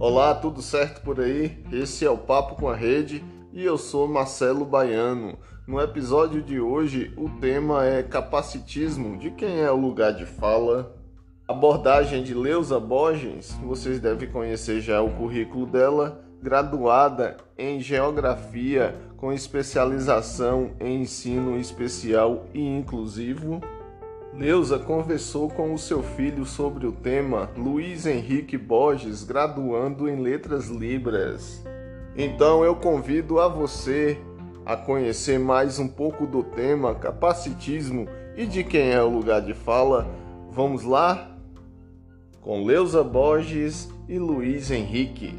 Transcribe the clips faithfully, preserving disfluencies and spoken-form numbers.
Olá, tudo certo por aí? Esse é o Papo com a Rede e eu sou Marcelo Baiano. No episódio de hoje, o tema é capacitismo, de quem é o lugar de fala. Abordagem de Leusa Borges, vocês devem conhecer já o currículo dela, graduada em Geografia com especialização em ensino especial e inclusivo. Leusa conversou com o seu filho sobre o tema, Luiz Henrique Borges, graduando em Letras Libras. Então eu convido a você a conhecer mais um pouco do tema capacitismo e de quem é o lugar de fala. Vamos lá? Com Leusa Borges e Luiz Henrique.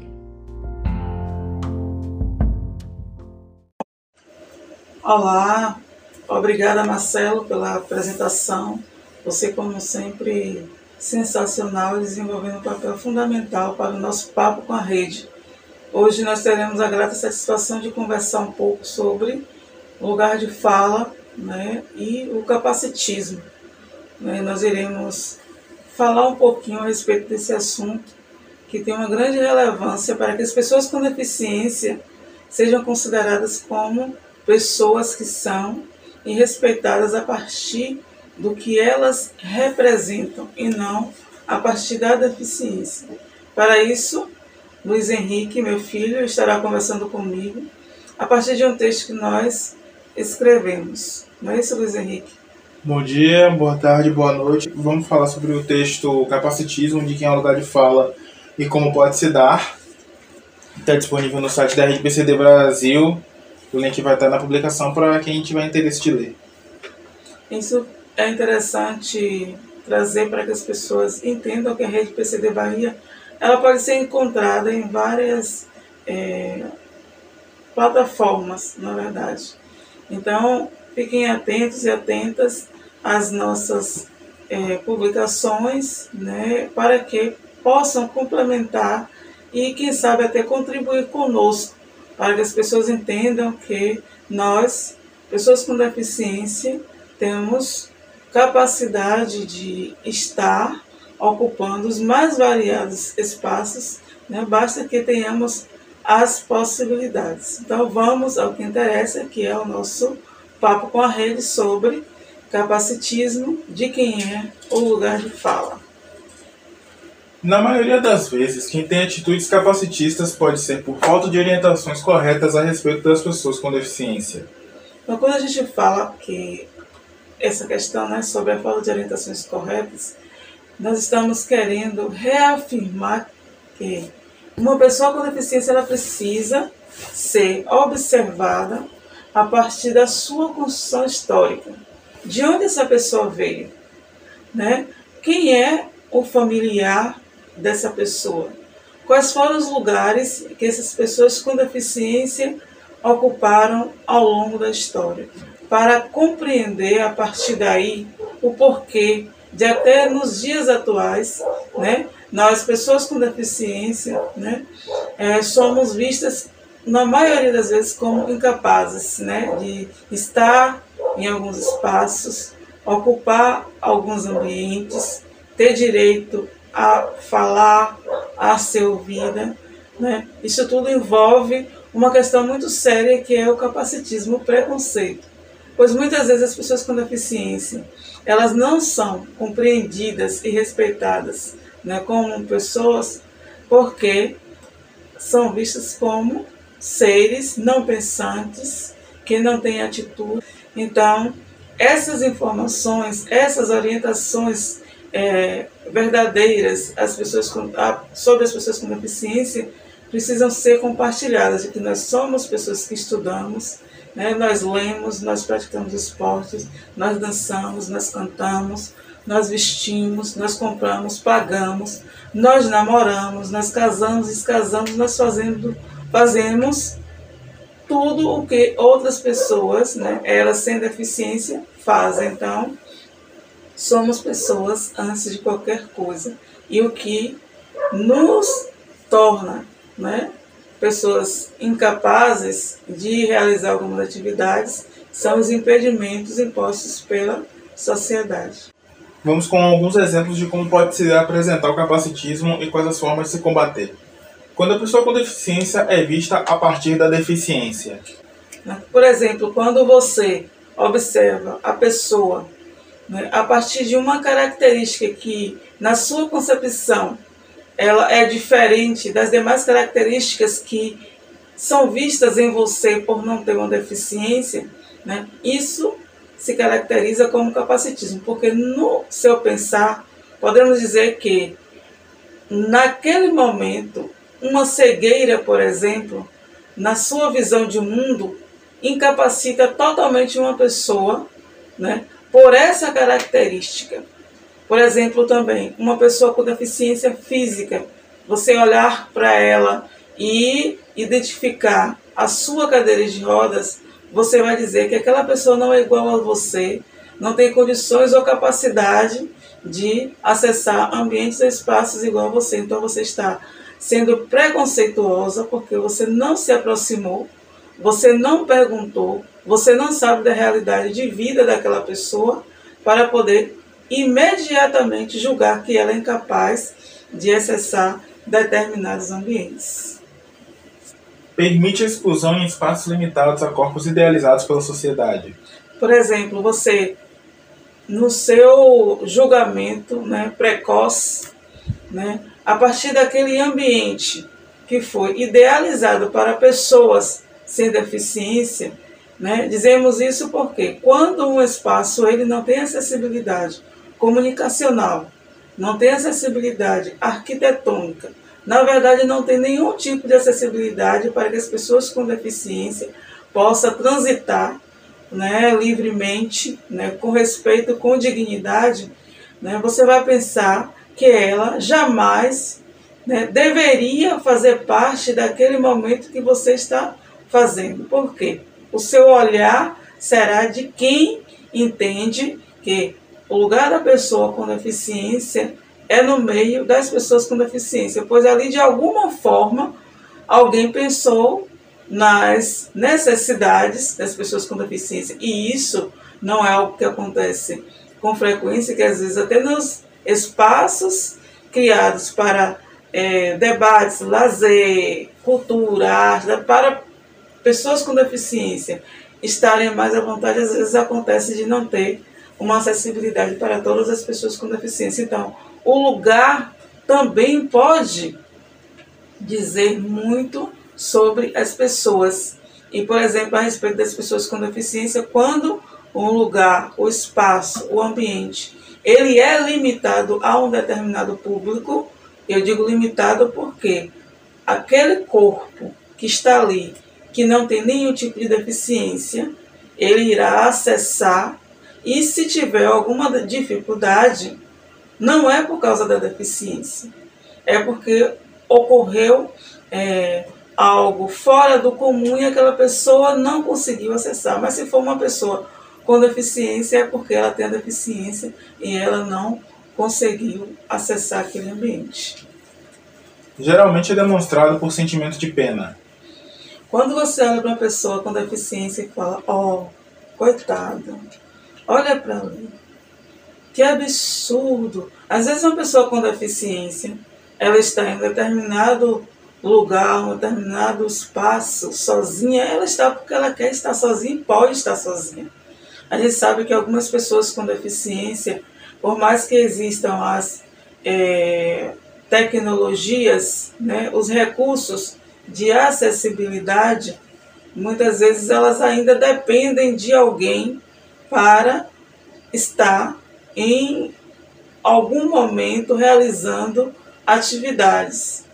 Olá, obrigada Marcelo pela apresentação. Você, como sempre, sensacional, desenvolvendo um papel fundamental para o nosso Papo com a Rede. Hoje nós teremos a grata satisfação de conversar um pouco sobre o lugar de fala, né, e o capacitismo. Né, nós iremos falar um pouquinho a respeito desse assunto, que tem uma grande relevância para que as pessoas com deficiência sejam consideradas como pessoas que são e respeitadas a partir do que elas representam e não a partir da deficiência. Para isso, Luiz Henrique, meu filho, estará conversando comigo a partir de um texto que nós escrevemos. Não é isso, Luiz Henrique? Bom dia, boa tarde, boa noite. Vamos falar sobre o texto Capacitismo, de quem é o lugar de fala e como pode se dar. Está disponível no site da Rede P C D Brasil. O link vai estar na publicação para quem tiver interesse de ler. Isso é interessante trazer para que as pessoas entendam que a Rede P C D Bahia ela pode ser encontrada em várias é, plataformas, na verdade. Então, fiquem atentos e atentas às nossas é, publicações, né, para que possam complementar e, quem sabe, até contribuir conosco, para que as pessoas entendam que nós, pessoas com deficiência, temos capacidade de estar ocupando os mais variados espaços, né? Basta que tenhamos as possibilidades. Então vamos ao que interessa, que é o nosso Papo com a Rede sobre capacitismo, de quem é o lugar de fala. Na maioria das vezes, quem tem atitudes capacitistas pode ser por falta de orientações corretas a respeito das pessoas com deficiência. Então, quando a gente fala que essa questão, né, sobre a falta de orientações corretas, nós estamos querendo reafirmar que uma pessoa com deficiência ela precisa ser observada a partir da sua construção histórica. De onde essa pessoa veio? Né? Quem é o familiar dessa pessoa? Quais foram os lugares que essas pessoas com deficiência ocuparam ao longo da história? Para compreender a partir daí o porquê de até nos dias atuais, né, nós, pessoas com deficiência, né, é, somos vistas, na maioria das vezes, como incapazes, né, de estar em alguns espaços, ocupar alguns ambientes, ter direito a falar, a ser ouvida. Né? Isso tudo envolve uma questão muito séria, que é o capacitismo, o preconceito. Pois muitas vezes as pessoas com deficiência, elas não são compreendidas e respeitadas, né, como pessoas, porque são vistas como seres não pensantes, que não têm atitude. Então, essas informações, essas orientações é, verdadeiras as pessoas com, a, sobre as pessoas com deficiência precisam ser compartilhadas, de que nós somos pessoas que estudamos, né, nós lemos, nós praticamos esportes, nós dançamos, nós cantamos, nós vestimos, nós compramos, pagamos, nós namoramos, nós casamos, descasamos, nós fazendo, fazemos tudo o que outras pessoas, né, elas sem deficiência, fazem. Então, somos pessoas antes de qualquer coisa. E o que nos torna, né, pessoas incapazes de realizar algumas atividades são os impedimentos impostos pela sociedade. Vamos com alguns exemplos de como pode se apresentar o capacitismo e quais as formas de se combater. Quando a pessoa com deficiência é vista a partir da deficiência. Por exemplo, quando você observa a pessoa, né, a partir de uma característica que, na sua concepção, ela é diferente das demais características que são vistas em você por não ter uma deficiência, né, isso se caracteriza como capacitismo, porque no seu pensar, podemos dizer que, naquele momento, uma cegueira, por exemplo, na sua visão de mundo, incapacita totalmente uma pessoa, né, por essa característica. Por exemplo, também, uma pessoa com deficiência física, você olhar para ela e identificar a sua cadeira de rodas, você vai dizer que aquela pessoa não é igual a você, não tem condições ou capacidade de acessar ambientes ou espaços igual a você. Então você está sendo preconceituosa porque você não se aproximou, você não perguntou, você não sabe da realidade de vida daquela pessoa para poder imediatamente julgar que ela é incapaz de acessar determinados ambientes. Permite a exclusão em espaços limitados a corpos idealizados pela sociedade. Por exemplo, você, no seu julgamento, né, precoce, né, a partir daquele ambiente que foi idealizado para pessoas sem deficiência, né, dizemos isso porque quando um espaço ele não tem acessibilidade comunicacional, não tem acessibilidade arquitetônica, na verdade não tem nenhum tipo de acessibilidade para que as pessoas com deficiência possam transitar, né, livremente, né, com respeito, com dignidade, né, você vai pensar que ela jamais, né, deveria fazer parte daquele momento que você está fazendo. Por quê? O seu olhar será de quem entende que o lugar da pessoa com deficiência é no meio das pessoas com deficiência, pois ali, de alguma forma, alguém pensou nas necessidades das pessoas com deficiência. E isso não é algo que acontece com frequência, que às vezes até nos espaços criados para é, debates, lazer, cultura, arte, para pessoas com deficiência estarem mais à vontade, às vezes acontece de não ter uma acessibilidade para todas as pessoas com deficiência. Então, o lugar também pode dizer muito sobre as pessoas. E, por exemplo, a respeito das pessoas com deficiência, quando um lugar, o espaço, o ambiente, ele é limitado a um determinado público, eu digo limitado porque aquele corpo que está ali, que não tem nenhum tipo de deficiência, ele irá acessar, e se tiver alguma dificuldade, não é por causa da deficiência, é porque ocorreu é, algo fora do comum e aquela pessoa não conseguiu acessar. Mas se for uma pessoa com deficiência, é porque ela tem a deficiência e ela não conseguiu acessar aquele ambiente. Geralmente é demonstrado por sentimento de pena. Quando você olha para uma pessoa com deficiência e fala, ó, oh, coitada, olha para ali, que absurdo. Às vezes uma pessoa com deficiência, ela está em um determinado lugar, um determinado espaço, sozinha, ela está porque ela quer estar sozinha e pode estar sozinha. A gente sabe que algumas pessoas com deficiência, por mais que existam as é, tecnologias, né, os recursos de acessibilidade, muitas vezes elas ainda dependem de alguém para estar em algum momento realizando atividades.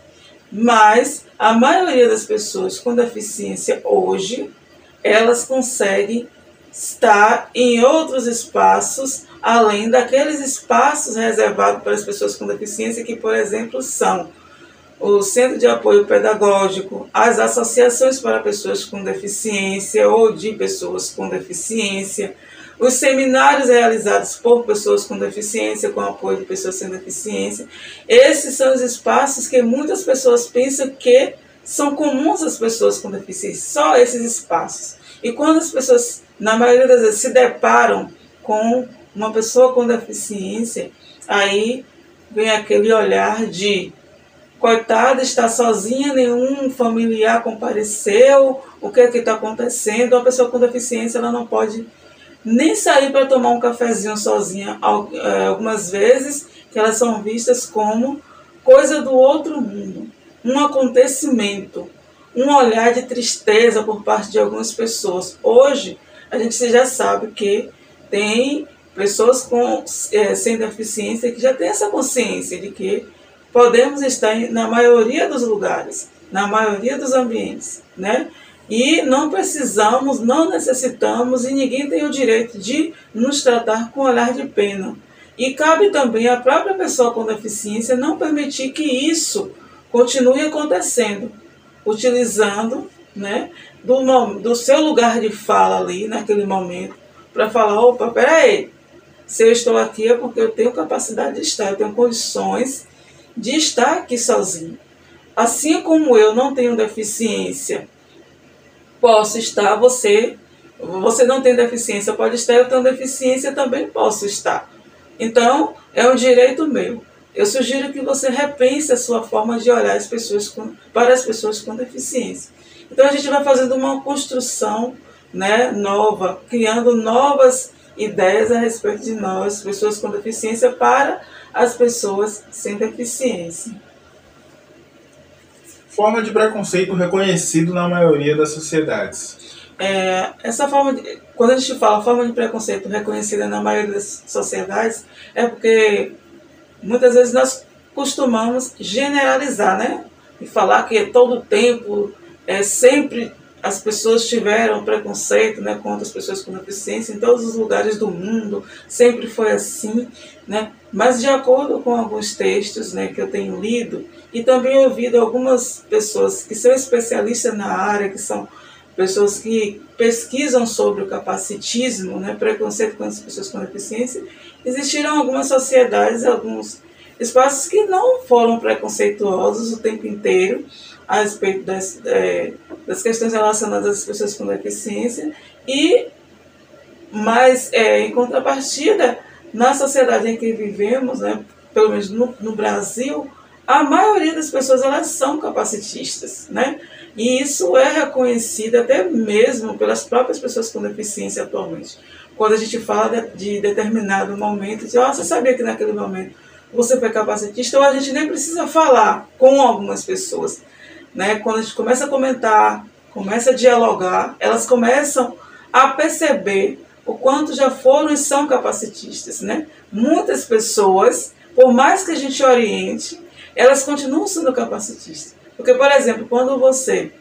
Mas a maioria das pessoas com deficiência hoje, elas conseguem estar em outros espaços, além daqueles espaços reservados para as pessoas com deficiência, que, por exemplo, são o Centro de Apoio Pedagógico, as associações para pessoas com deficiência ou de pessoas com deficiência, os seminários realizados por pessoas com deficiência, com apoio de pessoas sem deficiência. Esses são os espaços que muitas pessoas pensam que são comuns às pessoas com deficiência, só esses espaços. E quando as pessoas, na maioria das vezes, se deparam com uma pessoa com deficiência, aí vem aquele olhar de coitada, está sozinha, nenhum familiar compareceu, o que é que está acontecendo? A pessoa com deficiência ela não pode nem sair para tomar um cafezinho sozinha. Algumas vezes que elas são vistas como coisa do outro mundo, um acontecimento, um olhar de tristeza por parte de algumas pessoas. Hoje, a gente já sabe que tem pessoas com, é, sem deficiência que já têm essa consciência de que podemos estar na maioria dos lugares, na maioria dos ambientes, né? E não precisamos, não necessitamos e ninguém tem o direito de nos tratar com olhar de pena. E cabe também à própria pessoa com deficiência não permitir que isso continue acontecendo, utilizando, né, do, do seu lugar de fala ali, naquele momento, para falar, opa, peraí, se eu estou aqui é porque eu tenho capacidade de estar, eu tenho condições de estar aqui sozinho. Assim como eu não tenho deficiência, posso estar, você, você não tem deficiência, pode estar, eu tenho deficiência, também posso estar. Então, é um direito meu. Eu sugiro que você repense a sua forma de olhar as pessoas com, para as pessoas com deficiência. Então, a gente vai fazendo uma construção, né, nova, criando novas ideias a respeito de nós, pessoas com deficiência, para as pessoas sem deficiência. Forma de preconceito reconhecido na maioria das sociedades. É, essa forma de, quando a gente fala forma de preconceito reconhecida na maioria das sociedades, é porque muitas vezes nós costumamos generalizar, né? E falar que todo tempo, é, sempre as pessoas tiveram preconceito, né, contra as pessoas com deficiência, em todos os lugares do mundo, sempre foi assim, né? Mas de acordo com alguns textos, né, que eu tenho lido, e também ouvido algumas pessoas que são especialistas na área, que são pessoas que pesquisam sobre o capacitismo, né, preconceito com as pessoas com deficiência, existiram algumas sociedades, alguns espaços que não foram preconceituosos o tempo inteiro a respeito das, é, das questões relacionadas às pessoas com deficiência, e, mas, é, em contrapartida, na sociedade em que vivemos, né, pelo menos no, no Brasil, a maioria das pessoas elas são capacitistas, né? E isso é reconhecido até mesmo pelas próprias pessoas com deficiência atualmente. Quando a gente fala de, de determinado momento, de, oh, você sabia que naquele momento você foi capacitista, ou a gente nem precisa falar com algumas pessoas, né? Quando a gente começa a comentar, começa a dialogar, elas começam a perceber o quanto já foram e são capacitistas, né? Muitas pessoas, por mais que a gente oriente, elas continuam sendo capacitistas. Porque, por exemplo, quando você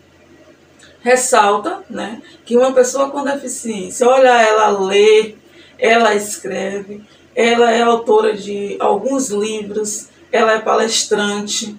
ressalta, né, que uma pessoa com deficiência, olha, ela lê, ela escreve, ela é autora de alguns livros, ela é palestrante,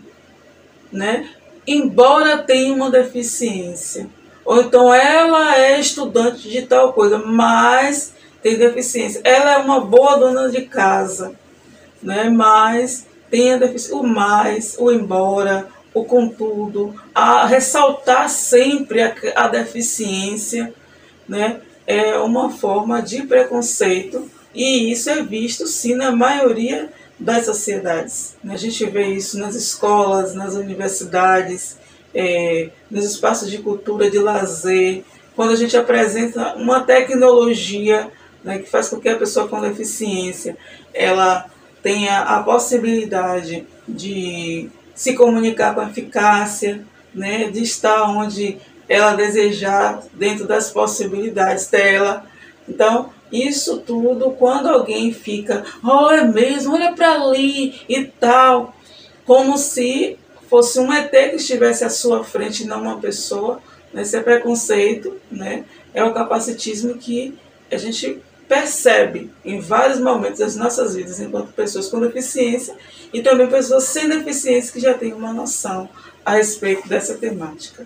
né, embora tenha uma deficiência. Ou então ela é estudante de tal coisa, mas tem deficiência. Ela é uma boa dona de casa, né, mas tem a deficiência. O mais, o embora, o contudo, a ressaltar sempre a, a deficiência, né, é uma forma de preconceito, e isso é visto sim na maioria das sociedades. A gente vê isso nas escolas, nas universidades, é, nos espaços de cultura, de lazer, quando a gente apresenta uma tecnologia, né, que faz com que a pessoa com deficiência ela tenha a possibilidade de se comunicar com eficácia, né, de estar onde ela desejar, dentro das possibilidades dela. Então, isso tudo, quando alguém fica, oh, é mesmo, olha para ali e tal, como se fosse um E T que estivesse à sua frente e não uma pessoa, né, esse é preconceito, né, é o capacitismo que a gente percebe em vários momentos das nossas vidas, enquanto pessoas com deficiência e também pessoas sem deficiência que já têm uma noção a respeito dessa temática.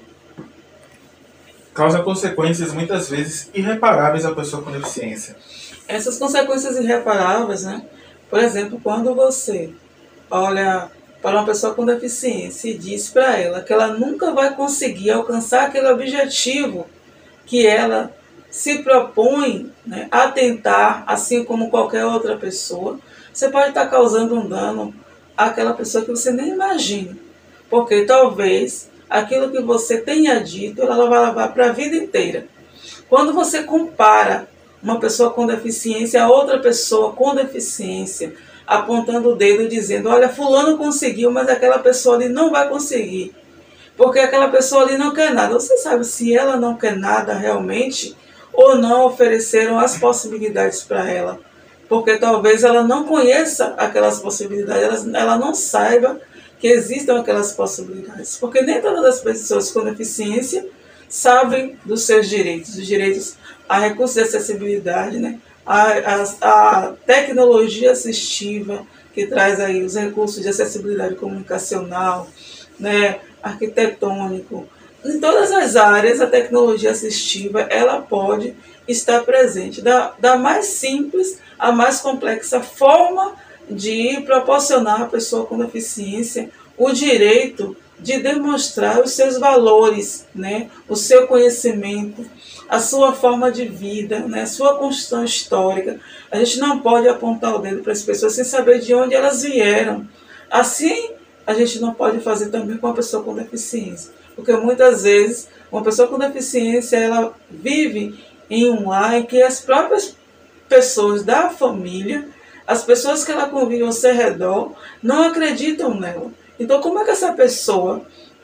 Causa consequências muitas vezes irreparáveis à pessoa com deficiência. Essas consequências irreparáveis, né? Por exemplo, quando você olha para uma pessoa com deficiência e diz para ela que ela nunca vai conseguir alcançar aquele objetivo que ela se propõe, né, a tentar, assim como qualquer outra pessoa, você pode estar causando um dano àquela pessoa que você nem imagina. Porque talvez aquilo que você tenha dito, ela vai levar para a vida inteira. Quando você compara uma pessoa com deficiência a outra pessoa com deficiência, apontando o dedo dizendo, olha, fulano conseguiu, mas aquela pessoa ali não vai conseguir, porque aquela pessoa ali não quer nada. Você sabe se ela não quer nada realmente ou não ofereceram as possibilidades para ela, porque talvez ela não conheça aquelas possibilidades, ela, ela não saiba que existam aquelas possibilidades, porque nem todas as pessoas com deficiência sabem dos seus direitos, os direitos a recursos de acessibilidade, né? a, a, a tecnologia assistiva, que traz aí os recursos de acessibilidade comunicacional, né? Arquitetônico. Em todas as áreas, a tecnologia assistiva ela pode estar presente, da, da mais simples à mais complexa forma de proporcionar à pessoa com deficiência o direito de demonstrar os seus valores, né? O seu conhecimento, a sua forma de vida, né? A sua construção histórica. A gente não pode apontar o dedo para as pessoas sem saber de onde elas vieram. Assim, a gente não pode fazer também com a pessoa com deficiência, porque muitas vezes uma pessoa com deficiência ela vive em um lar em que as próprias pessoas da família, as pessoas que ela convive ao seu redor, não acreditam nela. Então, como é que essa pessoa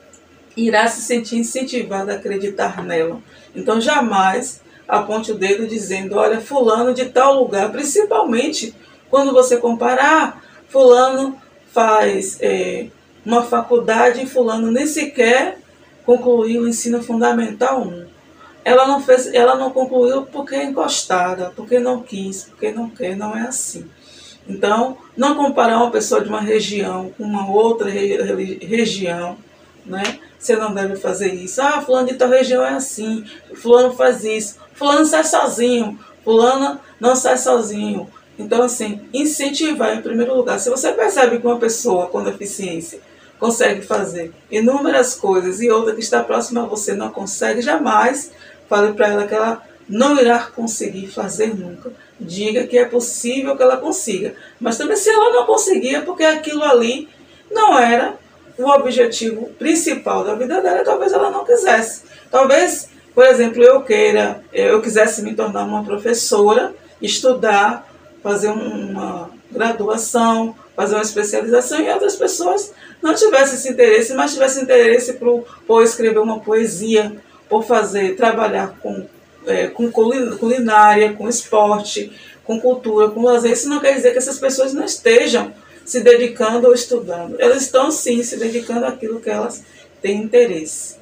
irá se sentir incentivada a acreditar nela? Então, jamais aponte o dedo dizendo, olha, fulano de tal lugar, principalmente quando você comparar, fulano faz é, uma faculdade e fulano nem sequer concluiu o ensino fundamental um. Ela não, fez, ela não concluiu porque é encostada, porque não quis, porque não quer, não é assim. Então, não comparar uma pessoa de uma região com uma outra re, região, né? Você não deve fazer isso. Ah, fulano de tal região é assim, fulano faz isso, fulano sai sozinho, fulano não sai sozinho. Então, assim, incentivar em primeiro lugar. Se você percebe que uma pessoa com deficiência consegue fazer inúmeras coisas e outra que está próxima a você não consegue, jamais fale para ela que ela não irá conseguir fazer nunca. Diga que é possível que ela consiga. Mas também se ela não conseguir, é porque aquilo ali não era o objetivo principal da vida dela, talvez ela não quisesse. Talvez, por exemplo, eu queira, eu quisesse me tornar uma professora, estudar, fazer uma graduação, fazer uma especialização, e outras pessoas não tivessem esse interesse, mas tivessem interesse por, por escrever uma poesia, por fazer, trabalhar com, é, com culinária, com esporte, com cultura, com lazer. Isso não quer dizer que essas pessoas não estejam se dedicando ou estudando. Elas estão sim se dedicando àquilo que elas têm interesse.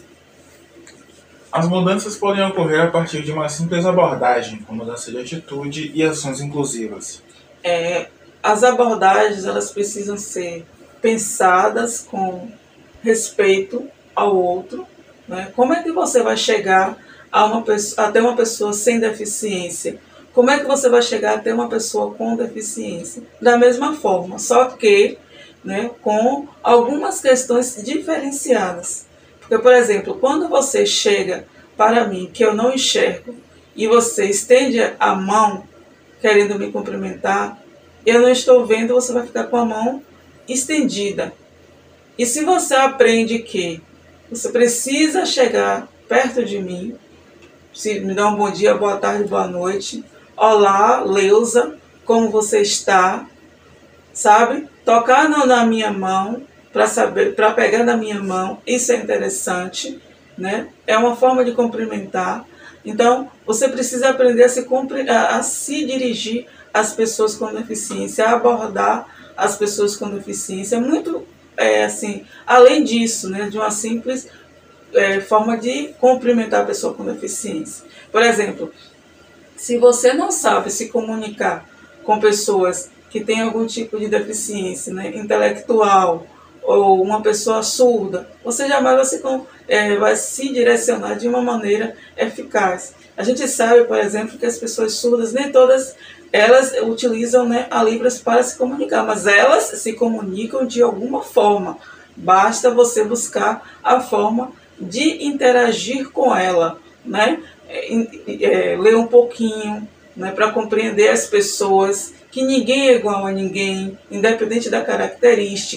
As mudanças podem ocorrer a partir de uma simples abordagem, com mudança de atitude e ações inclusivas. É, as abordagens elas precisam ser pensadas com respeito ao outro, né? Como é que você vai chegar a uma pessoa, até uma pessoa sem deficiência? Como é que você vai chegar até uma pessoa com deficiência? Da mesma forma, só que, né, com algumas questões diferenciadas. Porque, por exemplo, quando você chega para mim, que eu não enxergo, e você estende a mão querendo me cumprimentar, eu não estou vendo, você vai ficar com a mão estendida. E se você aprende que você precisa chegar perto de mim, se me dá um bom dia, boa tarde, boa noite, olá, Leusa, como você está, sabe? Tocar na minha mão, para saber, para pegar na minha mão, isso é interessante, né? É uma forma de cumprimentar. Então, você precisa aprender a se, a, a se dirigir às pessoas com deficiência, a abordar as pessoas com deficiência, muito, é, assim, além disso, né, de uma simples é, forma de cumprimentar a pessoa com deficiência. Por exemplo, se você não sabe se comunicar com pessoas que têm algum tipo de deficiência, né, intelectual, ou uma pessoa surda, você jamais vai se, é, vai se direcionar de uma maneira eficaz. A gente sabe, por exemplo, que as pessoas surdas, nem todas elas utilizam, né, a Libras para se comunicar, mas elas se comunicam de alguma forma. Basta você buscar a forma de interagir com ela, né? É, é, ler um pouquinho, né, para compreender as pessoas, que ninguém é igual a ninguém, independente da característica.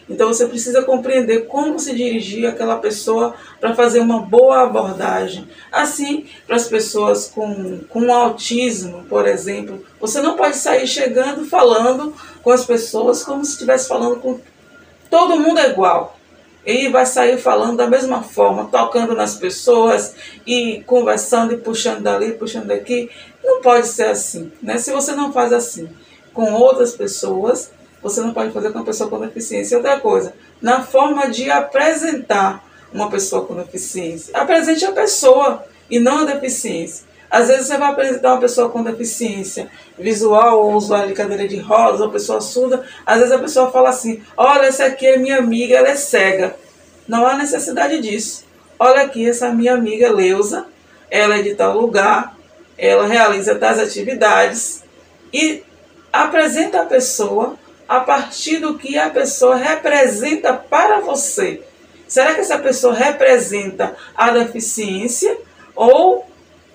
Então você precisa compreender como se dirigir àquela pessoa para fazer uma boa abordagem. Assim, para as pessoas com, com autismo, por exemplo, você não pode sair chegando falando com as pessoas como se estivesse falando com todo mundo igual. E vai sair falando da mesma forma, tocando nas pessoas e conversando e puxando dali, puxando daqui. Não pode ser assim, né? Se você não faz assim com outras pessoas, você não pode fazer com uma pessoa com deficiência. Outra coisa, na forma de apresentar uma pessoa com deficiência. Apresente a pessoa e não a deficiência. Às vezes você vai apresentar uma pessoa com deficiência visual, ou usuário de cadeira de rodas, ou pessoa surda. Às vezes a pessoa fala assim, olha, essa aqui é minha amiga, ela é cega. Não há necessidade disso. Olha aqui, essa minha amiga Leusa, ela é de tal lugar, ela realiza tais atividades e apresenta a pessoa a partir do que a pessoa representa para você. Será que essa pessoa representa a deficiência ou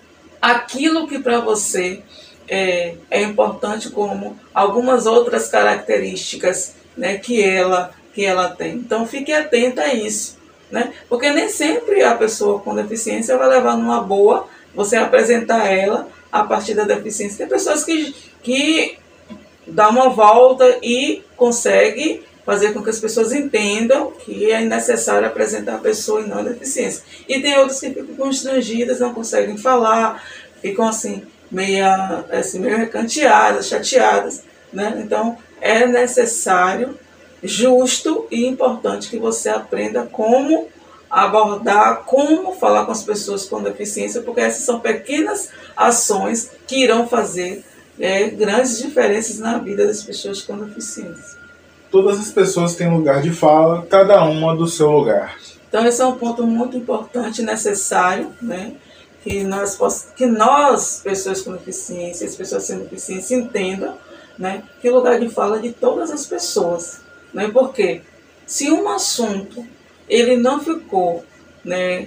aquilo que para você é, é importante, como algumas outras características, né, que, ela, que ela tem? Então fique atenta a isso, né? Porque nem sempre a pessoa com deficiência vai levar numa boa você apresentar ela a partir da deficiência. Tem pessoas que, que dá uma volta e consegue fazer com que as pessoas entendam que é necessário apresentar a pessoa e não a deficiência. E tem outras que ficam constrangidas, não conseguem falar, ficam assim, meia, assim, meio recanteadas, chateadas, né? Então, é necessário, justo e importante que você aprenda como abordar, como falar com as pessoas com deficiência, porque essas são pequenas ações que irão fazer É, grandes diferenças na vida das pessoas com deficiência. Todas as pessoas têm lugar de fala, cada uma do seu lugar. Então esse é um ponto muito importante e necessário, né? que, nós, que nós, pessoas com deficiência, as pessoas sem deficiência, entendam, né? que o lugar de fala é de todas as pessoas. Né? Porque se um assunto ele não ficou, né,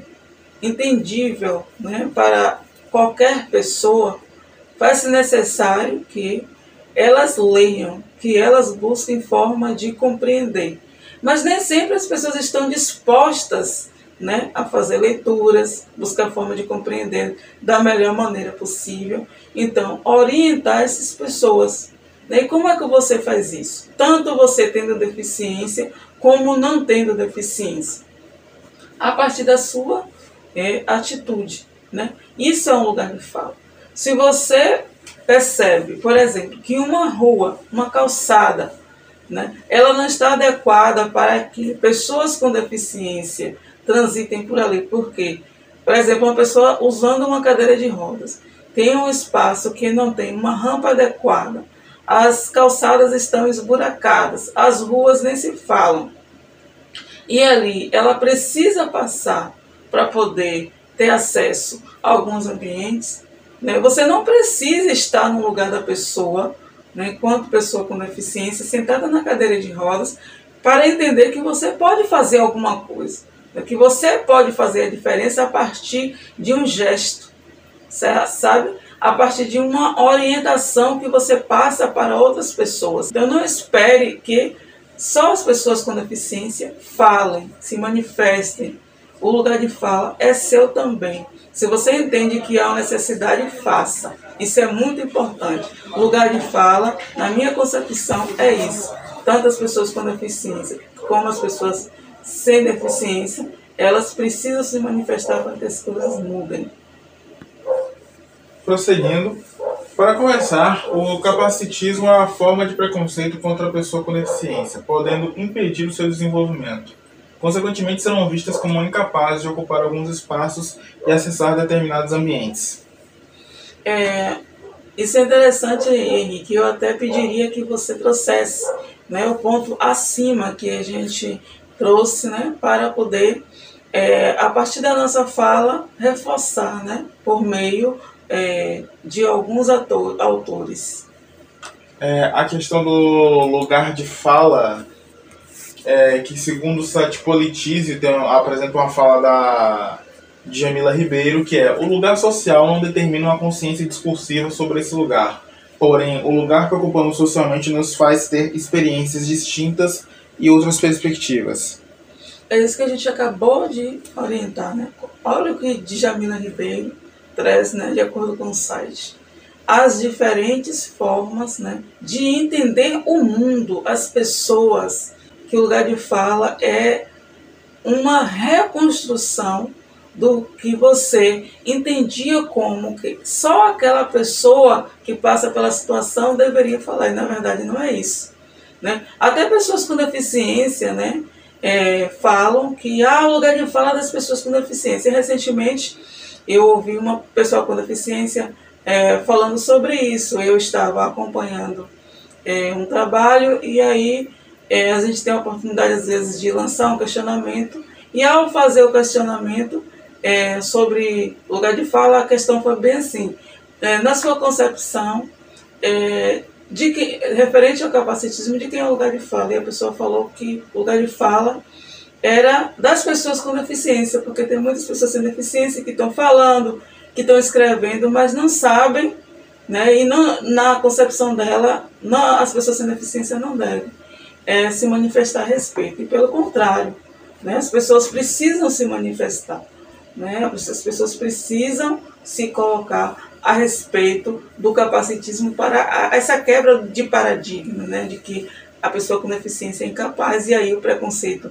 entendível, né, para qualquer pessoa, faz-se necessário que elas leiam, que elas busquem forma de compreender. Mas nem sempre as pessoas estão dispostas, né, a fazer leituras, buscar forma de compreender da melhor maneira possível. Então, orientar essas pessoas. Né? E como é que você faz isso? Tanto você tendo deficiência, como não tendo deficiência. A partir da sua é, atitude. Né? Isso é um lugar de fala. Se você percebe, por exemplo, que uma rua, uma calçada, né, ela não está adequada para que pessoas com deficiência transitem por ali. Por quê? Por exemplo, uma pessoa usando uma cadeira de rodas tem um espaço que não tem uma rampa adequada, as calçadas estão esburacadas, as ruas nem se falam. E ali ela precisa passar para poder ter acesso a alguns ambientes. Você não precisa estar no lugar da pessoa, né, enquanto pessoa com deficiência, sentada na cadeira de rodas, para entender que você pode fazer alguma coisa, né, que você pode fazer a diferença a partir de um gesto, sabe? A partir de uma orientação que você passa para outras pessoas. Então não espere que só as pessoas com deficiência falem, se manifestem. O lugar de fala é seu também. Se você entende que há uma necessidade, faça. Isso é muito importante. O lugar de fala, na minha concepção, é isso. Tanto as pessoas com deficiência como as pessoas sem deficiência, elas precisam se manifestar para que as coisas mudem. Prosseguindo, para começar, o capacitismo é uma forma de preconceito contra a pessoa com deficiência, podendo impedir o seu desenvolvimento. Consequentemente, serão vistas como incapazes de ocupar alguns espaços e acessar determinados ambientes. É, isso é interessante, Henrique. Eu até pediria que você trouxesse, né, o ponto acima que a gente trouxe, né, para poder, é, a partir da nossa fala, reforçar, né, por meio é, de alguns ator, autores. É, a questão do lugar de fala... É, que segundo o site Politize, tem, apresenta uma fala da Jamila Ribeiro, que é: o lugar social não determina uma consciência discursiva sobre esse lugar. Porém, o lugar que ocupamos socialmente nos faz ter experiências distintas e outras perspectivas. É isso que a gente acabou de orientar, né? Olha o que Djamila Ribeiro traz, né, de acordo com o site. As diferentes formas, né, de entender o mundo, as pessoas, que o lugar de fala é uma reconstrução do que você entendia como que só aquela pessoa que passa pela situação deveria falar, e na verdade não é isso, né? Até pessoas com deficiência, né, é, falam que há o lugar de fala das pessoas com deficiência. Recentemente eu ouvi uma pessoa com deficiência é, falando sobre isso. Eu estava acompanhando é, um trabalho e aí é, a gente tem a oportunidade às vezes de lançar um questionamento, e ao fazer o questionamento é, sobre lugar de fala, a questão foi bem assim, é, na sua concepção é, de que, referente ao capacitismo, de quem é o lugar de fala, e a pessoa falou que o lugar de fala era das pessoas com deficiência, porque tem muitas pessoas sem deficiência que estão falando, que estão escrevendo, mas não sabem, né, e não, na concepção dela, não, as pessoas sem deficiência não devem é, se manifestar a respeito, e pelo contrário, né, as pessoas precisam se manifestar, né, as pessoas precisam se colocar a respeito do capacitismo para a, essa quebra de paradigma, né, de que a pessoa com deficiência é incapaz, e aí o preconceito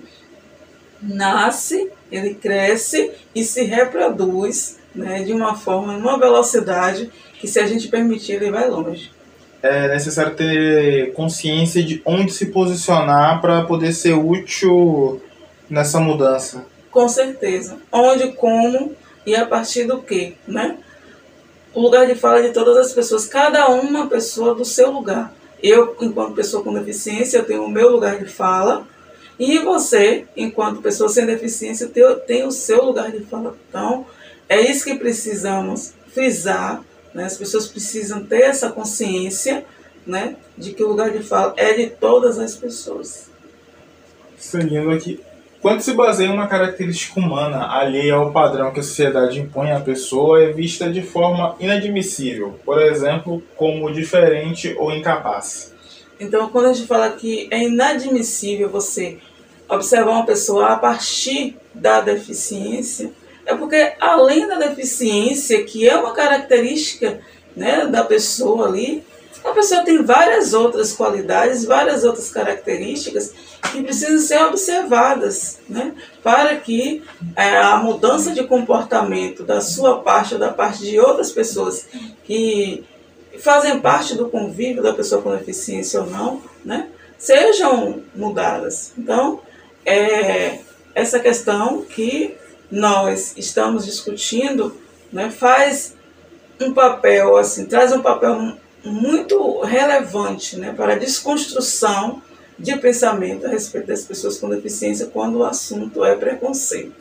nasce, ele cresce e se reproduz, né, de uma forma, numa velocidade que, se a gente permitir, ele vai longe. É necessário ter consciência de onde se posicionar para poder ser útil nessa mudança. Com certeza. Onde, como e a partir do quê, né? O lugar de fala de todas as pessoas, cada uma pessoa do seu lugar. Eu, enquanto pessoa com deficiência, eu tenho o meu lugar de fala, e você, enquanto pessoa sem deficiência, tem o seu lugar de fala. Então, é isso que precisamos frisar, né? As pessoas precisam ter essa consciência, né, de que o lugar de fala é de todas as pessoas. Seguindo aqui, quando se baseia em uma característica humana alheia ao padrão que a sociedade impõe à pessoa, é vista de forma inadmissível, por exemplo, como diferente ou incapaz. Então, quando a gente fala que é inadmissível você observar uma pessoa a partir da deficiência, é porque, além da deficiência, que é uma característica, né, da pessoa ali, a pessoa tem várias outras qualidades, várias outras características que precisam ser observadas, né, para que é, a mudança de comportamento da sua parte ou da parte de outras pessoas que fazem parte do convívio da pessoa com deficiência ou não, né, sejam mudadas. Então, é essa questão que nós estamos discutindo, né, faz um papel, assim, traz um papel muito relevante, né, para a desconstrução de pensamento a respeito das pessoas com deficiência quando o assunto é preconceito.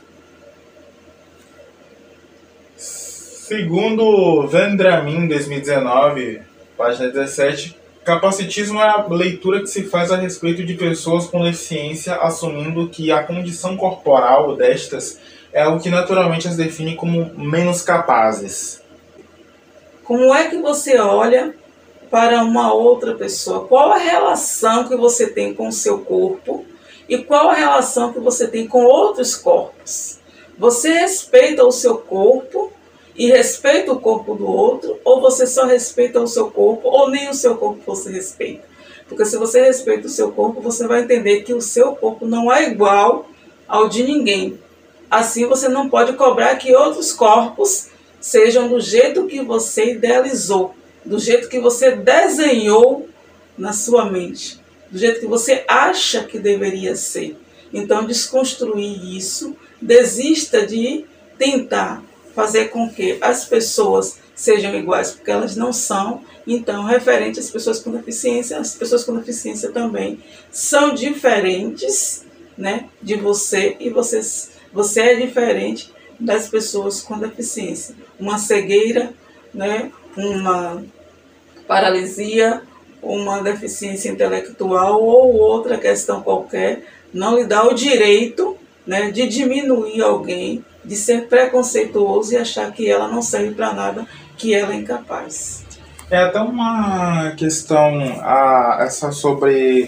Segundo Vendramin, dois mil e dezenove, página dezessete, capacitismo é a leitura que se faz a respeito de pessoas com deficiência, assumindo que a condição corporal destas é o que naturalmente as define como menos capazes. Como é que você olha para uma outra pessoa? Qual a relação que você tem com o seu corpo e qual a relação que você tem com outros corpos? Você respeita o seu corpo e respeita o corpo do outro, ou você só respeita o seu corpo, ou nem o seu corpo você respeita? Porque se você respeita o seu corpo, você vai entender que o seu corpo não é igual ao de ninguém. Assim, você não pode cobrar que outros corpos sejam do jeito que você idealizou, do jeito que você desenhou na sua mente, do jeito que você acha que deveria ser. Então, desconstruir isso, desista de tentar fazer com que as pessoas sejam iguais, porque elas não são. Então, referente às pessoas com deficiência, as pessoas com deficiência também são diferentes, né, de você, e você, você é diferente das pessoas com deficiência. Uma cegueira, né, uma paralisia, uma deficiência intelectual ou outra questão qualquer, não lhe dá o direito, né, de diminuir alguém, de ser preconceituoso e achar que ela não serve para nada, que ela é incapaz. É até uma questão a, essa sobre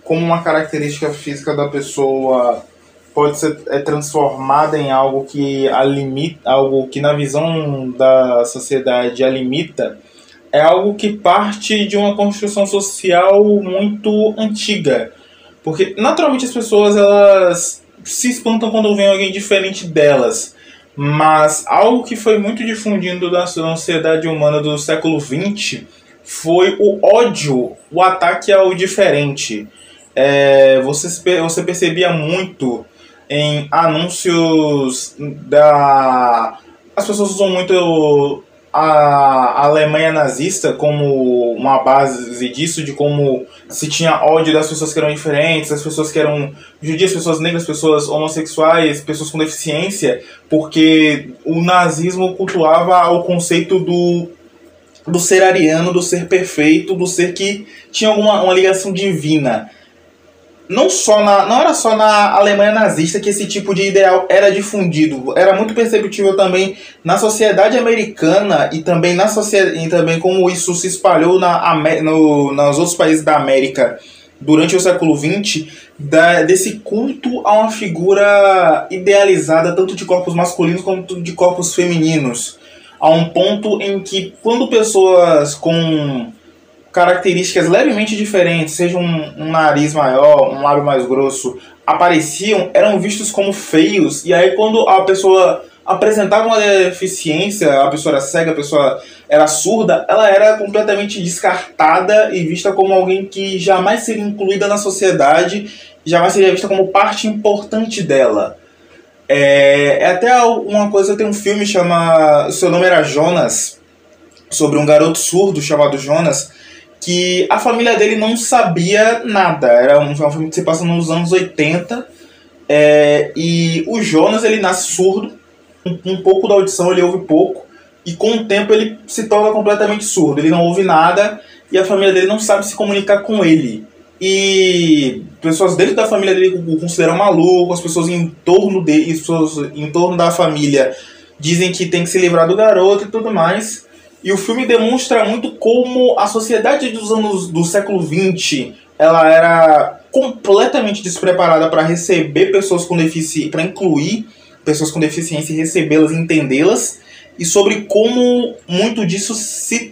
como uma característica física da pessoa pode ser é, transformada em algo que a limita, algo que na visão da sociedade a limita, é algo que parte de uma construção social muito antiga. Porque naturalmente as pessoas elas se espantam quando vem alguém diferente delas. Mas algo que foi muito difundido na sociedade humana do século vinte foi o ódio, o ataque ao diferente. É, você, você percebia muito em anúncios da... As pessoas usam muito a Alemanha nazista como uma base disso, de como se tinha ódio das pessoas que eram diferentes, das pessoas que eram judias, pessoas negras, pessoas homossexuais, pessoas com deficiência, porque o nazismo cultuava o conceito do, do ser ariano, do ser perfeito, do ser que tinha uma, uma ligação divina. Não, só na, não era só na Alemanha nazista que esse tipo de ideal era difundido, era muito perceptível também na sociedade americana e também, na sociedade, e também como isso se espalhou na, no, nos outros países da América durante o século vinte, da, desse culto a uma figura idealizada tanto de corpos masculinos quanto de corpos femininos, a um ponto em que quando pessoas com características levemente diferentes, seja um, um nariz maior, um lábio mais grosso, apareciam, eram vistos como feios, e aí quando a pessoa apresentava uma deficiência, a pessoa era cega, a pessoa era surda, ela era completamente descartada e vista como alguém que jamais seria incluída na sociedade, jamais seria vista como parte importante dela. É, é até uma coisa, tem um filme chama O Seu Nome Era Jonas, sobre um garoto surdo chamado Jonas, que a família dele não sabia nada. Era um, um filme que se passa nos anos oitenta. É, e o Jonas, ele nasce surdo. Um, um pouco da audição ele ouve pouco. E com o tempo ele se torna completamente surdo. Ele não ouve nada. E a família dele não sabe se comunicar com ele. E pessoas dentro da família dele o consideram maluco. As pessoas em torno dele, as pessoas em torno da família dizem que tem que se livrar do garoto e tudo mais. E o filme demonstra muito como a sociedade dos anos do século vinte ela era completamente despreparada para receber pessoas com deficiência, para incluir pessoas com deficiência e recebê-las e entendê-las, e sobre como muito disso se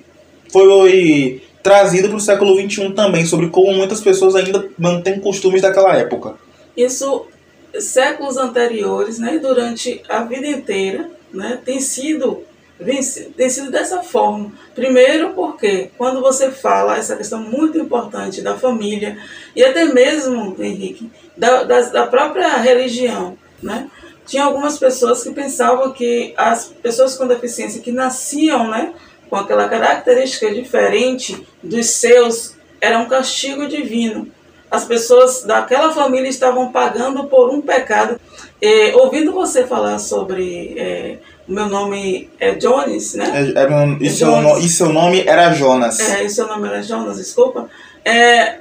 foi trazido para o século vinte e um também, sobre como muitas pessoas ainda mantêm costumes daquela época. Isso, séculos anteriores, né, durante a vida inteira, né, tem sido tem sido dessa forma. Primeiro porque quando você fala essa questão muito importante da família e até mesmo, Henrique, da, da, da própria religião, né? Tinha algumas pessoas que pensavam que as pessoas com deficiência que nasciam, né, com aquela característica diferente dos seus era um castigo divino. As pessoas daquela família estavam pagando por um pecado. E, ouvindo você falar sobre... É, o meu nome é Jones, né? É, é, e, seu no, e seu nome era Jonas. É, e seu nome era Jonas, desculpa. É,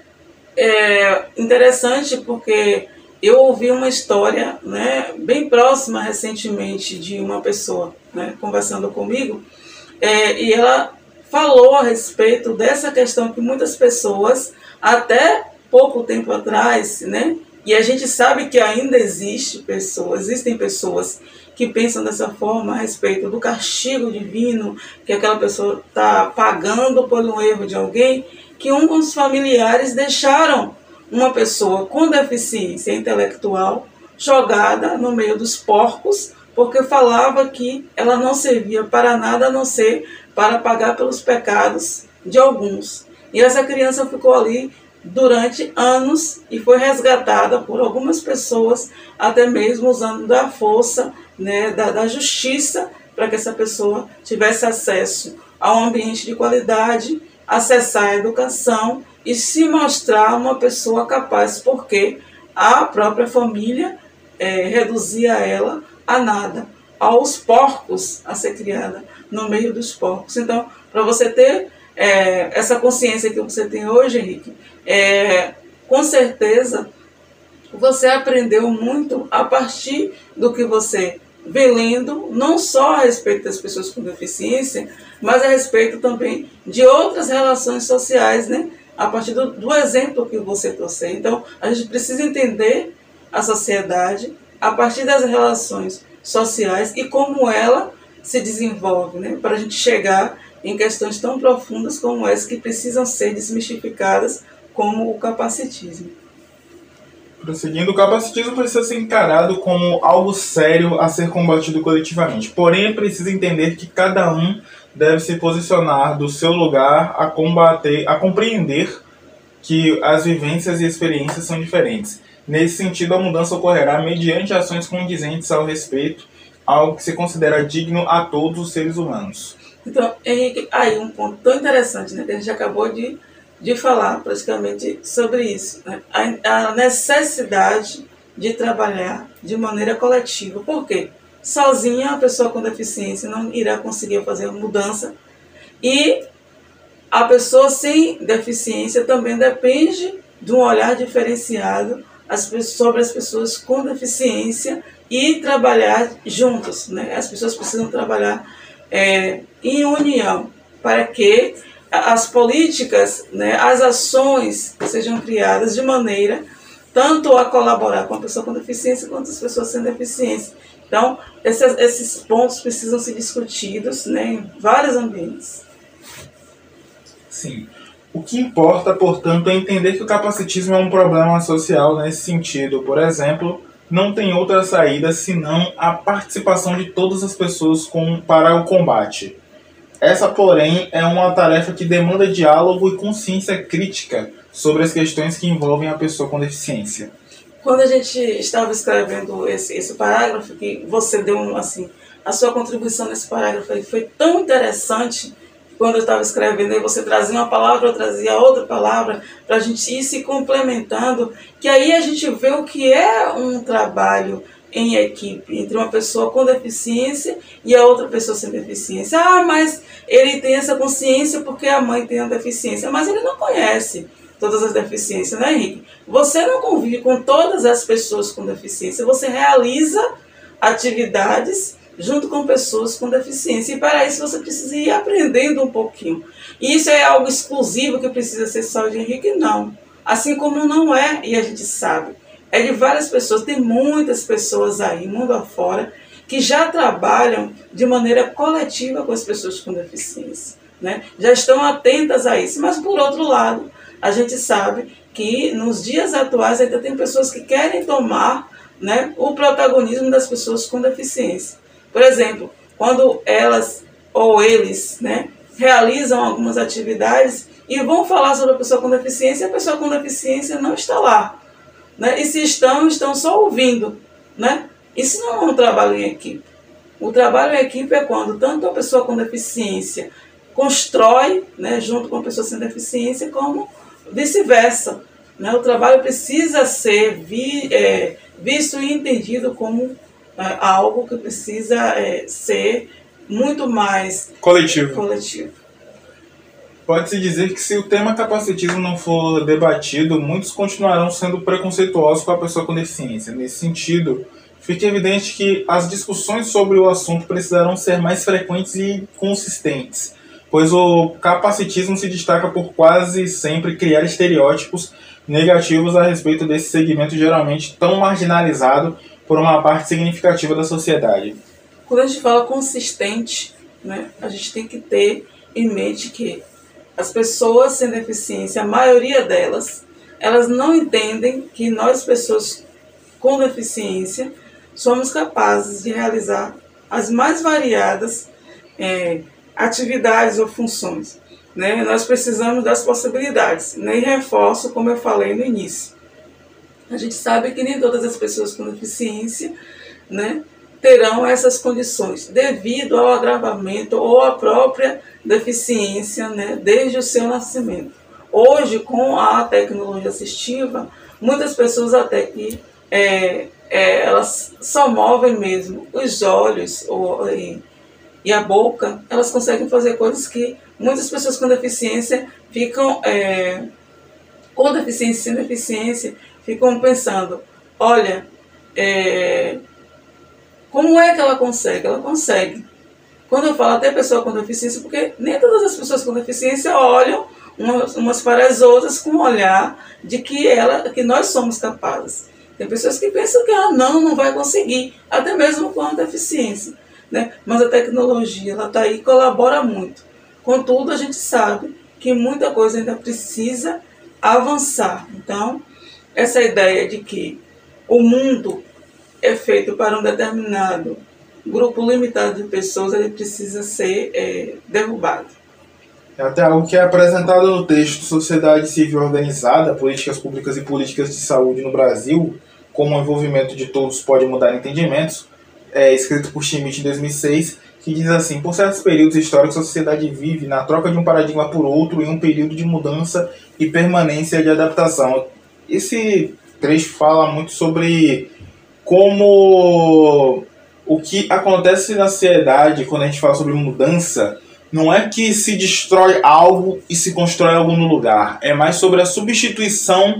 é interessante porque eu ouvi uma história, né, bem próxima recentemente de uma pessoa, né, conversando comigo, é, e ela falou a respeito dessa questão que muitas pessoas, até pouco tempo atrás, né, e a gente sabe que ainda existe pessoas, existem pessoas que pensam dessa forma a respeito do castigo divino, que aquela pessoa está pagando por um erro de alguém, que um dos familiares deixaram uma pessoa com deficiência intelectual jogada no meio dos porcos, porque falava que ela não servia para nada a não ser para pagar pelos pecados de alguns. E essa criança ficou ali durante anos e foi resgatada por algumas pessoas, até mesmo usando da força, né, da, da justiça, para que essa pessoa tivesse acesso a um ambiente de qualidade, acessar a educação e se mostrar uma pessoa capaz, porque a própria família é, reduzia ela a nada, aos porcos a ser criada no meio dos porcos. Então, para você ter é, essa consciência que você tem hoje, Henrique, é, com certeza você aprendeu muito a partir do que você vem lendo, não só a respeito das pessoas com deficiência, mas a respeito também de outras relações sociais, né? a partir do, do exemplo que você trouxe. Então, a gente precisa entender a sociedade a partir das relações sociais e como ela se desenvolve, né? Para a gente chegar em questões tão profundas como essa que precisam ser desmistificadas, como o capacitismo. Prosseguindo, o capacitismo precisa ser encarado como algo sério a ser combatido coletivamente. Porém, é preciso entender que cada um deve se posicionar do seu lugar a combater, a compreender que as vivências e experiências são diferentes. Nesse sentido, a mudança ocorrerá mediante ações condizentes ao respeito, algo que se considera digno a todos os seres humanos. Então, Henrique, aí um ponto tão interessante, né, que a gente acabou de, de falar praticamente sobre isso, né? a, a necessidade de trabalhar de maneira coletiva. Por quê? Sozinha, a pessoa com deficiência não irá conseguir fazer mudança, e a pessoa sem deficiência também depende de um olhar diferenciado sobre as pessoas com deficiência e trabalhar juntos, né? As pessoas precisam trabalhar é, em união para que as políticas, né, as ações sejam criadas de maneira tanto a colaborar com a pessoa com deficiência quanto as pessoas sem deficiência. Então, esses, esses pontos precisam ser discutidos, né, em vários ambientes. Sim. O que importa, portanto, é entender que o capacitismo é um problema social nesse sentido. Por exemplo, não tem outra saída senão a participação de todas as pessoas com, para o combate. Essa, porém, é uma tarefa que demanda diálogo e consciência crítica sobre as questões que envolvem a pessoa com deficiência. Quando a gente estava escrevendo esse, esse parágrafo, que você deu, assim, a sua contribuição nesse parágrafo aí foi tão interessante. Quando eu estava escrevendo, aí você trazia uma palavra, eu trazia outra palavra, para a gente ir se complementando, que aí a gente vê o que é um trabalho em equipe, entre uma pessoa com deficiência e a outra pessoa sem deficiência. Ah, mas ele tem essa consciência porque a mãe tem a deficiência, mas ele não conhece todas as deficiências, né, Henrique? Você não convive com todas as pessoas com deficiência, você realiza atividades junto com pessoas com deficiência, e para isso você precisa ir aprendendo um pouquinho. E isso é algo exclusivo que precisa ser só de Henrique? Não. Assim como não é, e a gente sabe, é de várias pessoas, tem muitas pessoas aí, mundo afora, que já trabalham de maneira coletiva com as pessoas com deficiência, né? Já estão atentas a isso, mas por outro lado, a gente sabe que nos dias atuais ainda tem pessoas que querem tomar, né, o protagonismo das pessoas com deficiência. Por exemplo, quando elas ou eles, né, realizam algumas atividades e vão falar sobre a pessoa com deficiência, a pessoa com deficiência não está lá, né? E se estão, estão só ouvindo, né? Isso não é um trabalho em equipe. O trabalho em equipe é quando tanto a pessoa com deficiência constrói, né, junto com a pessoa sem deficiência, como vice-versa, né? O trabalho precisa ser vi, é, visto e entendido como é, algo que precisa é, ser muito mais coletivo. coletivo. Pode-se dizer que se o tema capacitismo não for debatido, muitos continuarão sendo preconceituosos com a pessoa com deficiência. Nesse sentido, fica evidente que as discussões sobre o assunto precisarão ser mais frequentes e consistentes, pois o capacitismo se destaca por quase sempre criar estereótipos negativos a respeito desse segmento geralmente tão marginalizado por uma parte significativa da sociedade. Quando a gente fala consistente, né, a gente tem que ter em mente que as pessoas sem deficiência, a maioria delas, elas não entendem que nós, pessoas com deficiência, somos capazes de realizar as mais variadas é, atividades ou funções, né? Nós precisamos das possibilidades, né? E reforço, como eu falei no início. A gente sabe que nem todas as pessoas com deficiência, né, terão essas condições, devido ao agravamento ou à própria deficiência, né, desde o seu nascimento. Hoje, com a tecnologia assistiva, muitas pessoas até que é, é, elas só movem mesmo os olhos ou, e, e a boca, elas conseguem fazer coisas que muitas pessoas com deficiência ficam, é, com deficiência e sem deficiência, ficam pensando, olha, é, como é que ela consegue? Ela consegue. Quando eu falo até pessoa com deficiência, porque nem todas as pessoas com deficiência olham umas, umas para as outras com o olhar de que, ela, que nós somos capazes. Tem pessoas que pensam que ah, não, não vai conseguir, até mesmo com a deficiência. Né? Mas a tecnologia está aí e colabora muito. Contudo, a gente sabe que muita coisa ainda precisa avançar. Então, essa ideia de que o mundo é feito para um determinado grupo limitado de pessoas, ele precisa ser é, derrubado. É até algo que é apresentado no texto Sociedade Civil Organizada, Políticas Públicas e Políticas de Saúde no Brasil, como o envolvimento de todos pode mudar entendimentos, é, escrito por Schmidt em dois mil e seis, que diz assim: por certos períodos históricos a sociedade vive na troca de um paradigma por outro em um período de mudança e permanência de adaptação. Esse trecho fala muito sobre como o que acontece na sociedade quando a gente fala sobre mudança não é que se destrói algo e se constrói algo no lugar. É mais sobre a substituição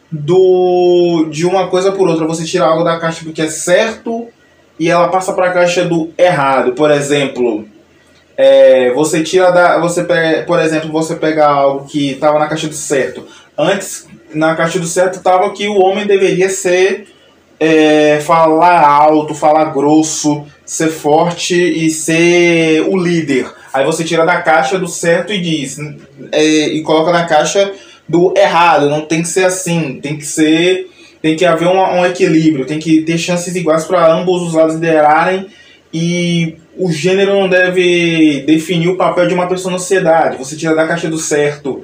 do, de uma coisa por outra. Você tira algo da caixa do que é certo e ela passa para a caixa do errado. Por exemplo, é, você tira da, você pega, por exemplo, você pega algo que estava na caixa do certo. Antes, na caixa do certo estava que o homem deveria ser é, falar alto, falar grosso, ser forte e ser o líder. Aí você tira da caixa do certo e diz é, e coloca na caixa do errado. Não tem que ser assim, tem que ser, tem que haver um, um equilíbrio, tem que ter chances iguais para ambos os lados liderarem, e o gênero não deve definir o papel de uma pessoa na sociedade. Você tira da caixa do certo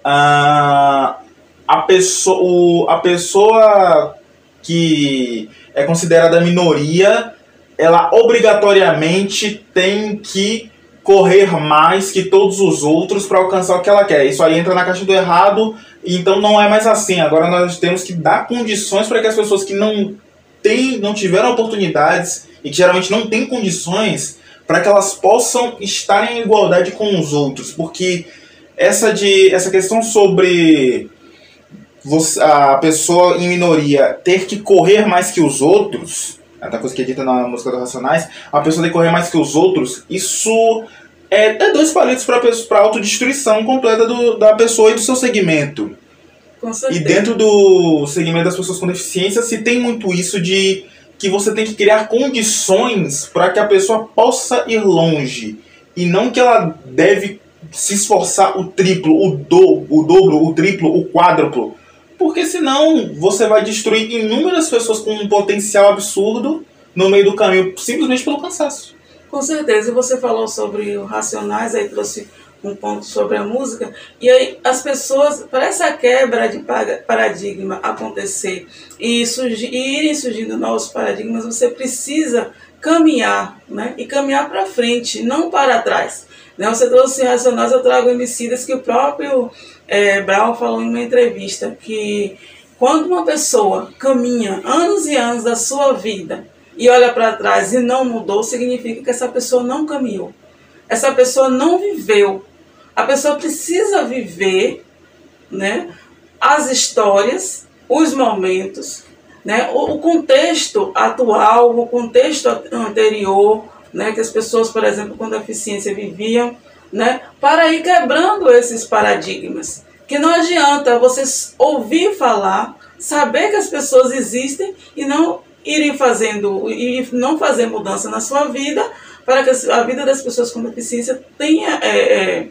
a, a, pessoa, a pessoa que é considerada minoria, ela obrigatoriamente tem que correr mais que todos os outros para alcançar o que ela quer. Isso aí entra na caixa do errado, e então não é mais assim. Agora nós temos que dar condições para que as pessoas que não, têm, não tiveram oportunidades e que geralmente não têm condições, para que elas possam estar em igualdade com os outros. Porque essa, de, essa questão sobre você, a pessoa em minoria ter que correr mais que os outros, a coisa que é dita na música dos Racionais, a pessoa tem que correr mais que os outros, isso é, é dois palitos para a autodestruição completa do, da pessoa e do seu segmento. Com certeza. E dentro do segmento das pessoas com deficiência se tem muito isso de que você tem que criar condições para que a pessoa possa ir longe, e não que ela deve se esforçar o triplo, o, do, o dobro, o triplo, o quádruplo. Porque senão você vai destruir inúmeras pessoas com um potencial absurdo no meio do caminho, simplesmente pelo cansaço. Com certeza. E você falou sobre o Racionais, aí trouxe um ponto sobre a música. E aí as pessoas, para essa quebra de paradigma acontecer e, surgir, e irem surgindo novos paradigmas, você precisa caminhar, né? E caminhar para frente, não para trás. Né? Você trouxe Racionais, eu trago Emicidas, que o próprio é, Brau falou em uma entrevista que quando uma pessoa caminha anos e anos da sua vida e olha para trás e não mudou, significa que essa pessoa não caminhou. Essa pessoa não viveu. A pessoa precisa viver, né, as histórias, os momentos, né, o, o contexto atual, o contexto anterior, né, que as pessoas, por exemplo, com deficiência viviam, né, para ir quebrando esses paradigmas. Que não adianta você ouvir falar, saber que as pessoas existem e não irem fazendo, e não fazer mudança na sua vida, para que a vida das pessoas com deficiência tenha é, é,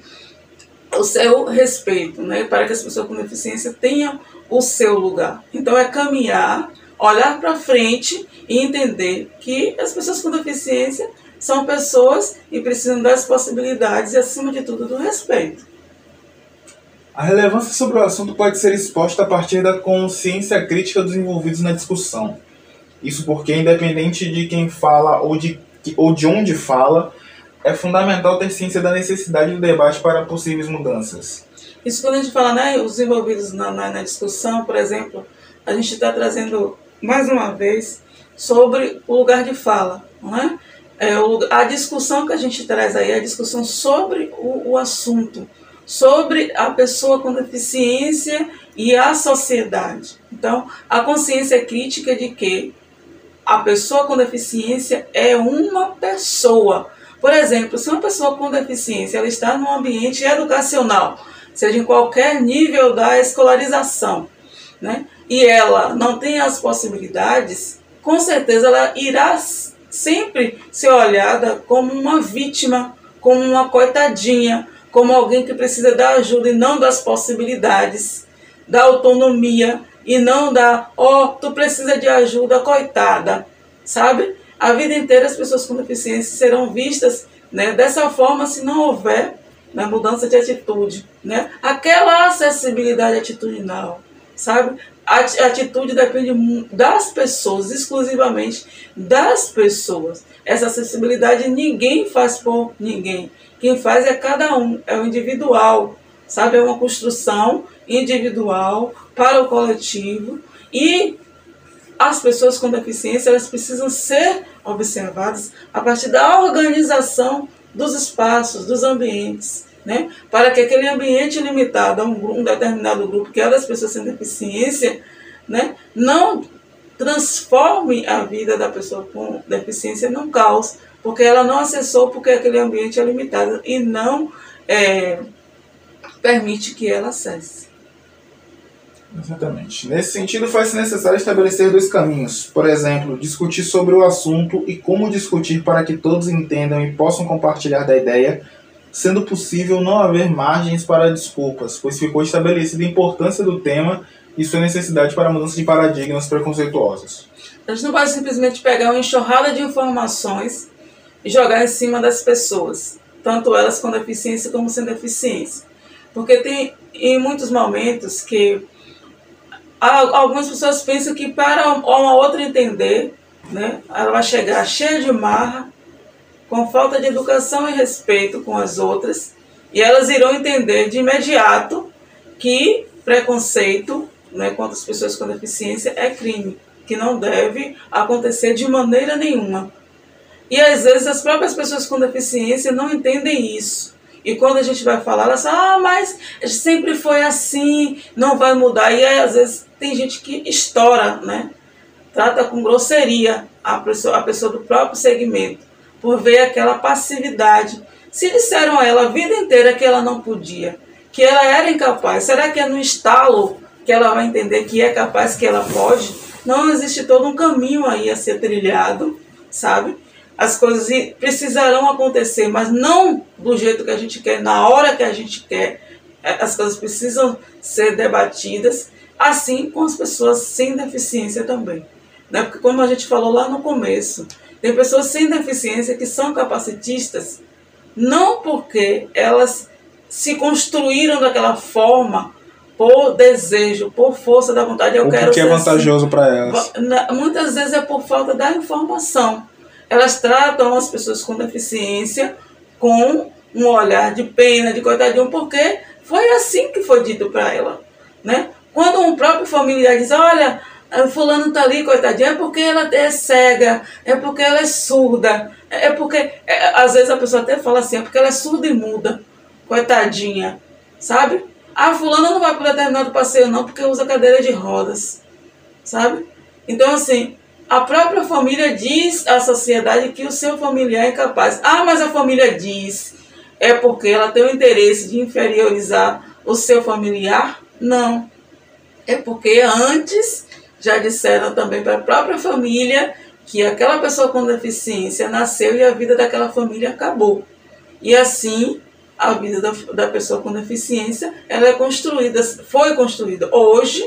o seu respeito, né, para que as pessoas com deficiência tenham o seu lugar. Então é caminhar, olhar para frente e entender que as pessoas com deficiência são pessoas e precisam das possibilidades e, acima de tudo, do respeito. A relevância sobre o assunto pode ser exposta a partir da consciência crítica dos envolvidos na discussão. Isso porque, independente de quem fala ou de, ou de onde fala, é fundamental ter ciência da necessidade do debate para possíveis mudanças. Isso quando a gente fala, né, os envolvidos na, na, na discussão, por exemplo, a gente está trazendo, mais uma vez, sobre o lugar de fala, não é? É, o, a discussão que a gente traz aí é a discussão sobre o, o assunto, sobre a pessoa com deficiência e a sociedade. Então, a consciência crítica de que a pessoa com deficiência é uma pessoa. Por exemplo, se uma pessoa com deficiência ela está num ambiente educacional seja em qualquer nível da escolarização, né? E ela não tem as possibilidades, com certeza ela irá sempre ser olhada como uma vítima, como uma coitadinha, como alguém que precisa da ajuda e não das possibilidades, da autonomia e não da, ó, oh, tu precisa de ajuda, coitada, sabe? A vida inteira as pessoas com deficiência serão vistas, né, dessa forma se não houver, né, mudança de atitude, né? Aquela acessibilidade atitudinal, sabe? A atitude depende das pessoas, exclusivamente das pessoas. Essa acessibilidade ninguém faz por ninguém. Quem faz é cada um, é o individual, sabe? É uma construção individual para o coletivo. E as pessoas com deficiência, elas precisam ser observadas a partir da organização dos espaços, dos ambientes, né? Para que aquele ambiente limitado a um, um determinado grupo, que é das pessoas sem deficiência, né, não transforme a vida da pessoa com deficiência num caos, porque ela não acessou, porque aquele ambiente é limitado e não é, permite que ela acesse. Exatamente. Nesse sentido, faz-se necessário estabelecer dois caminhos. Por exemplo, discutir sobre o assunto e como discutir para que todos entendam e possam compartilhar da ideia, sendo possível não haver margens para desculpas, pois ficou estabelecida a importância do tema e sua necessidade para a mudança de paradigmas preconceituosos. A gente não pode simplesmente pegar uma enxurrada de informações e jogar em cima das pessoas, tanto elas com deficiência como sem deficiência. Porque tem em muitos momentos que algumas pessoas pensam que para uma outra entender, né, ela vai chegar cheia de marra, com falta de educação e respeito com as outras, e elas irão entender de imediato que preconceito, né, contra as pessoas com deficiência é crime, que não deve acontecer de maneira nenhuma. E às vezes as próprias pessoas com deficiência não entendem isso. E quando a gente vai falar, elas falam, ah, mas sempre foi assim, não vai mudar. E aí, às vezes, tem gente que estoura, né? Trata com grosseria a pessoa, a pessoa do próprio segmento, por ver aquela passividade. Se disseram a ela a vida inteira que ela não podia, que ela era incapaz, será que é no estalo que ela vai entender que é capaz, que ela pode? Não, existe todo um caminho aí a ser trilhado, sabe? As coisas precisarão acontecer, mas não do jeito que a gente quer, na hora que a gente quer. As coisas precisam ser debatidas, assim com as pessoas sem deficiência também, né? Porque como a gente falou lá no começo, tem pessoas sem deficiência que são capacitistas, não porque elas se construíram daquela forma por desejo, por força da vontade. Eu o quero que é vantajoso assim para elas. Muitas vezes é por falta da informação. Elas tratam as pessoas com deficiência com um olhar de pena, de coitadinho, porque foi assim que foi dito para ela, né? Quando um próprio familiar diz, olha, fulano está ali, coitadinha, é porque ela é cega, é porque ela é surda, é porque, é, às vezes a pessoa até fala assim, é porque ela é surda e muda, coitadinha, sabe? Ah, fulano não vai para determinado passeio não, porque usa cadeira de rodas, sabe? Então, assim, a própria família diz à sociedade que o seu familiar é incapaz. Ah, mas a família diz, é porque ela tem o interesse de inferiorizar o seu familiar? Não. É porque antes já disseram também para a própria família que aquela pessoa com deficiência nasceu e a vida daquela família acabou. E assim, a vida da, da pessoa com deficiência, ela é construída, foi construída hoje,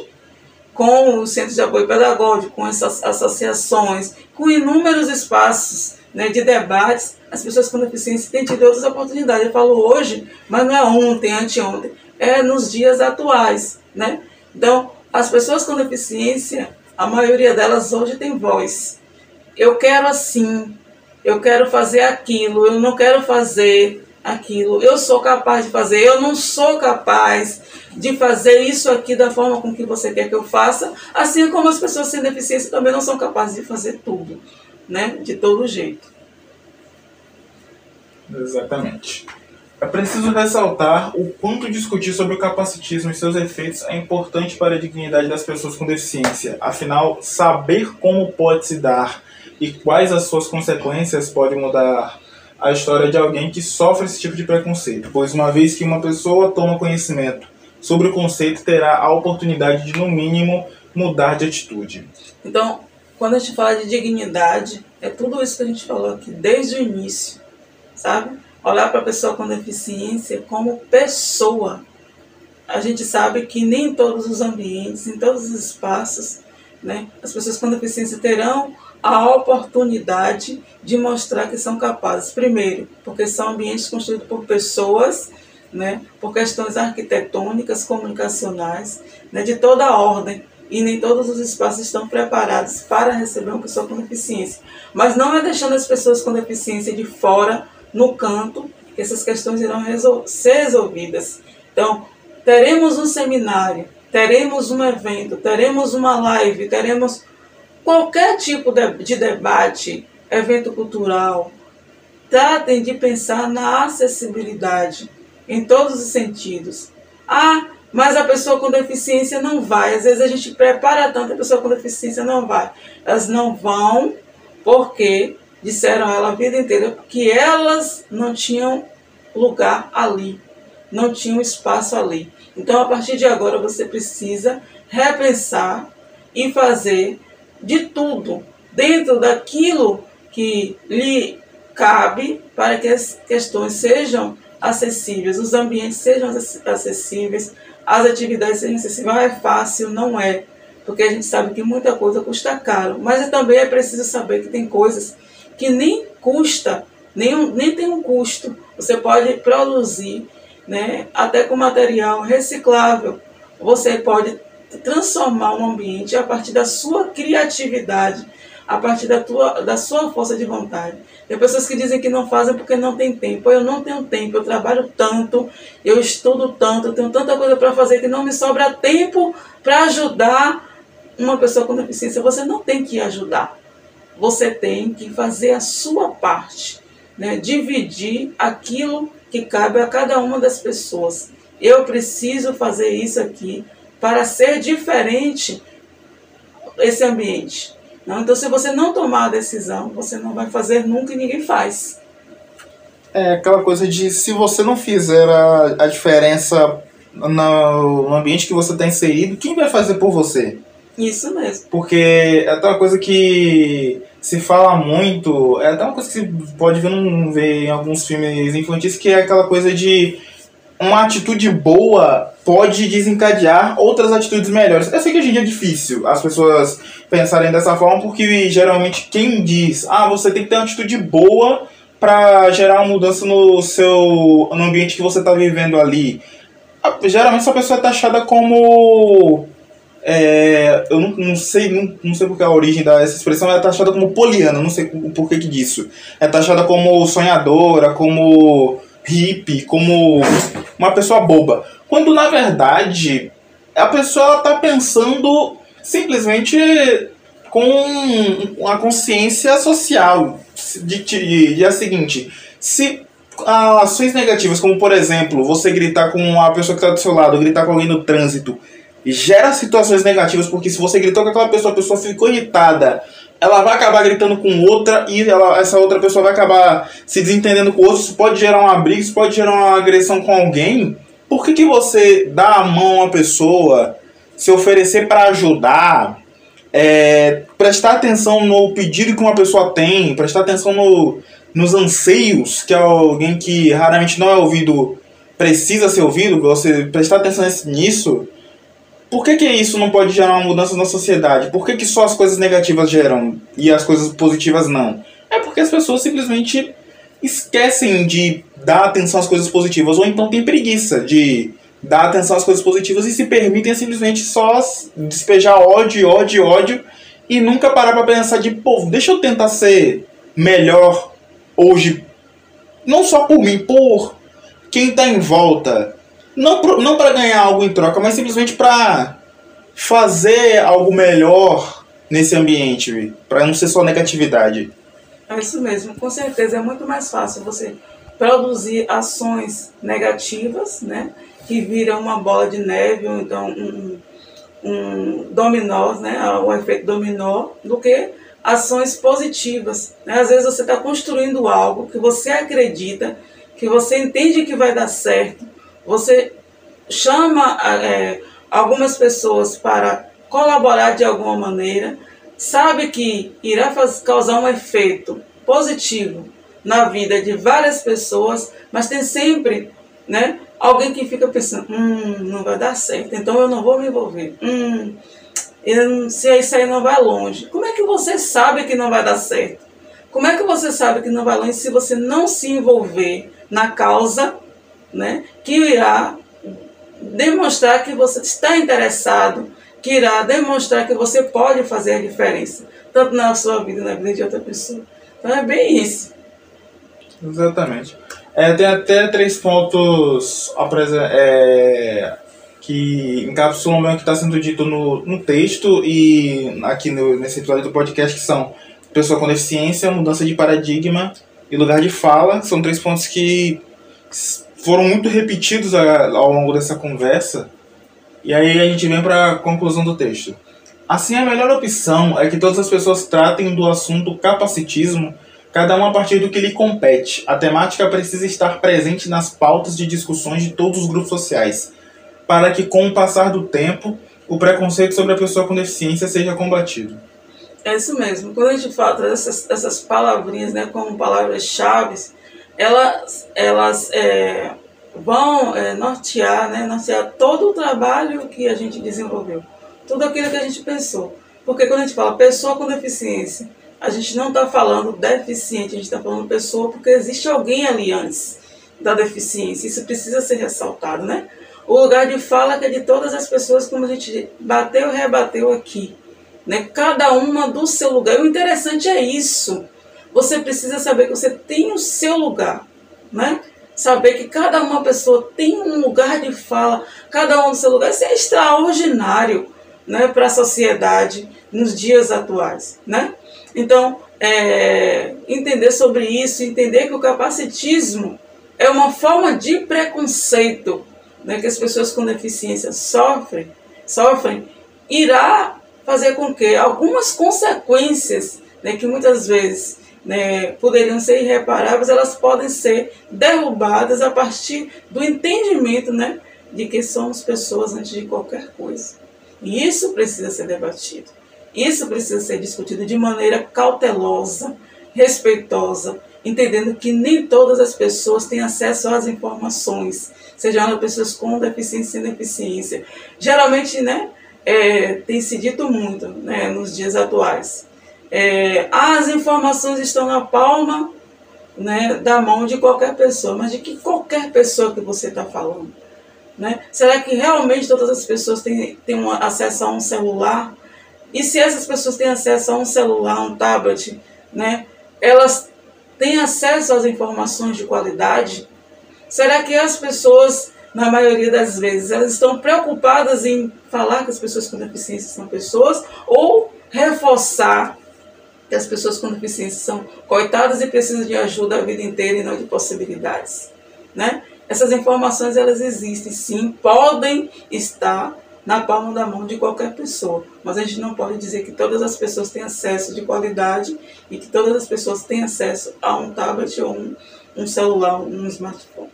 com os centros de apoio pedagógico, com essas associações, com inúmeros espaços, né, de debates, as pessoas com deficiência têm tido outras oportunidades. Eu falo hoje, mas não é ontem, anteontem, é nos dias atuais, né? Então, as pessoas com deficiência, a maioria delas hoje tem voz. Eu quero assim, eu quero fazer aquilo, eu não quero fazer aquilo, eu sou capaz de fazer, eu não sou capaz de fazer isso aqui da forma com que você quer que eu faça, assim como as pessoas sem deficiência também não são capazes de fazer tudo, né? De todo jeito. Exatamente. É preciso ressaltar o quanto discutir sobre o capacitismo e seus efeitos é importante para a dignidade das pessoas com deficiência. Afinal, saber como pode se dar e quais as suas consequências pode mudar a história de alguém que sofre esse tipo de preconceito, pois uma vez que uma pessoa toma conhecimento sobre o conceito, terá a oportunidade de, no mínimo, mudar de atitude. Então, quando a gente fala de dignidade, é tudo isso que a gente falou aqui desde o início, sabe? Olhar para a pessoa com deficiência como pessoa. A gente sabe que nem em todos os ambientes, em todos os espaços, né, as pessoas com deficiência terão a oportunidade de mostrar que são capazes. Primeiro, porque são ambientes construídos por pessoas, né, por questões arquitetônicas, comunicacionais, né, de toda a ordem. E nem todos os espaços estão preparados para receber uma pessoa com deficiência. Mas não é deixando as pessoas com deficiência de fora, no canto, que essas questões irão resol- ser resolvidas. Então, teremos um seminário, teremos um evento, teremos uma live, teremos qualquer tipo de, de debate, evento cultural. Tratem de pensar na acessibilidade, em todos os sentidos. Ah, mas a pessoa com deficiência não vai. Às vezes a gente prepara tanto, a pessoa com deficiência não vai. Elas não vão porque disseram a ela a vida inteira que elas não tinham lugar ali, não tinham espaço ali. Então, a partir de agora, você precisa repensar e fazer de tudo dentro daquilo que lhe cabe para que as questões sejam acessíveis, os ambientes sejam acessíveis, as atividades sejam acessíveis. Não é fácil, não é, porque a gente sabe que muita coisa custa caro, mas também é preciso saber que tem coisas que nem custa, nem, nem tem um custo. Você pode produzir, né, até com material reciclável. Você pode transformar um ambiente a partir da sua criatividade, a partir da, tua, da sua força de vontade. Tem pessoas que dizem que não fazem porque não tem tempo. Eu não tenho tempo, eu trabalho tanto, eu estudo tanto, eu tenho tanta coisa para fazer que não me sobra tempo para ajudar uma pessoa com deficiência. Você não tem que ajudar. Você tem que fazer a sua parte, né? Dividir aquilo que cabe a cada uma das pessoas. Eu preciso fazer isso aqui para ser diferente esse ambiente. Não? Então, se você não tomar a decisão, você não vai fazer nunca e ninguém faz. É aquela coisa de, se você não fizer a, a diferença no, no ambiente que você está inserido, quem vai fazer por você? Isso mesmo. Porque é até uma coisa que se fala muito, é até uma coisa que se pode ver, num, ver em alguns filmes infantis, que é aquela coisa de uma atitude boa pode desencadear outras atitudes melhores. Eu sei que hoje em dia é difícil as pessoas pensarem dessa forma, porque geralmente quem diz, ah, você tem que ter uma atitude boa para gerar uma mudança no seu no ambiente que você está vivendo ali. Geralmente essa pessoa é taxada como... É, eu não, não sei não, não sei porque a origem dessa expressão é taxada como poliana, não sei o porquê que disso. É taxada como sonhadora, como hippie, como uma pessoa boba. Quando na verdade a pessoa está pensando simplesmente com a consciência social. De, de, de a seguinte, se ações negativas, como por exemplo, você gritar com a pessoa que está do seu lado, gritar com alguém no trânsito, gera situações negativas, porque se você gritou com aquela pessoa, a pessoa ficou irritada, ela vai acabar gritando com outra e ela, essa outra pessoa vai acabar se desentendendo com o outro. Isso pode gerar uma briga, isso pode gerar uma agressão com alguém. Por que que você dá a mão a uma pessoa, se oferecer para ajudar, é, prestar atenção no pedido que uma pessoa tem, prestar atenção no, nos anseios que alguém que raramente não é ouvido precisa ser ouvido, você prestar atenção nisso? Por que que isso não pode gerar uma mudança na sociedade? Por que que só as coisas negativas geram e as coisas positivas não? É porque as pessoas simplesmente esquecem de dar atenção às coisas positivas, ou então tem preguiça de dar atenção às coisas positivas e se permitem simplesmente só despejar ódio, ódio, ódio e nunca parar pra pensar de, pô, deixa eu tentar ser melhor hoje, não só por mim, por quem tá em volta. Não, não para ganhar algo em troca, mas simplesmente para fazer algo melhor nesse ambiente, para não ser só negatividade. É isso mesmo, com certeza é muito mais fácil você produzir ações negativas, né, que viram uma bola de neve, ou então um, um dominó, né, um efeito dominó, do que ações positivas. Né? Às vezes você está construindo algo que você acredita, que você entende que vai dar certo, você chama é, algumas pessoas para colaborar de alguma maneira, sabe que irá fazer, causar um efeito positivo na vida de várias pessoas, mas tem sempre, né, alguém que fica pensando, hum, não vai dar certo, então eu não vou me envolver. Hum, eu, se isso aí não vai longe. Como é que você sabe que não vai dar certo? Como é que você sabe que não vai longe se você não se envolver na causa, né, que irá demonstrar que você está interessado, que irá demonstrar que você pode fazer a diferença, tanto na sua vida, na vida de outra pessoa. Então é bem isso. Exatamente. É, tem até três pontos é, que encapsulam bem o que está sendo dito no, no texto e aqui no, nesse episódio do podcast, que são pessoa com deficiência, mudança de paradigma e lugar de fala. São três pontos que foram muito repetidos ao longo dessa conversa. E aí a gente vem para a conclusão do texto. Assim, a melhor opção é que todas as pessoas tratem do assunto capacitismo, cada um a partir do que lhe compete. A temática precisa estar presente nas pautas de discussões de todos os grupos sociais, para que, com o passar do tempo, o preconceito sobre a pessoa com deficiência seja combatido. É isso mesmo. Quando a gente fala dessas, dessas palavrinhas, né, como palavras-chave, elas, elas é, vão é, nortear, né, nortear todo o trabalho que a gente desenvolveu, tudo aquilo que a gente pensou. Porque quando a gente fala pessoa com deficiência, a gente não está falando deficiente, a gente está falando pessoa porque existe alguém ali antes da deficiência. Isso precisa ser ressaltado, né? O lugar de fala que é de todas as pessoas, como a gente bateu e rebateu aqui, né? Cada uma do seu lugar. E o interessante é isso. Você precisa saber que você tem o seu lugar, né? Saber que cada uma pessoa tem um lugar de fala, cada um no seu lugar. Isso é extraordinário, né, para a sociedade nos dias atuais, né? Então, é, entender sobre isso, entender que o capacitismo é uma forma de preconceito, né, que as pessoas com deficiência sofrem, sofrem, irá fazer com que algumas consequências, né, que muitas vezes, né, poderiam ser irreparáveis, elas podem ser derrubadas a partir do entendimento, né, de que somos pessoas antes de qualquer coisa. E isso precisa ser debatido. Isso precisa ser discutido de maneira cautelosa, respeitosa, entendendo que nem todas as pessoas têm acesso às informações, sejam elas pessoas com deficiência e sem deficiência. Geralmente, né, é, tem se dito muito, né, nos dias atuais. É, as informações estão na palma, né, da mão de qualquer pessoa, mas de que qualquer pessoa que você está falando? Né? Será que realmente todas as pessoas têm, têm um acesso a um celular? E se essas pessoas têm acesso a um celular, um tablet, né, elas têm acesso às informações de qualidade? Será que as pessoas, na maioria das vezes, elas estão preocupadas em falar que as pessoas com deficiência são pessoas ou reforçar que as pessoas com deficiência são coitadas e precisam de ajuda a vida inteira e não de possibilidades? Né? Essas informações, elas existem, sim, podem estar na palma da mão de qualquer pessoa, mas a gente não pode dizer que todas as pessoas têm acesso de qualidade e que todas as pessoas têm acesso a um tablet ou um, um celular, um smartphone.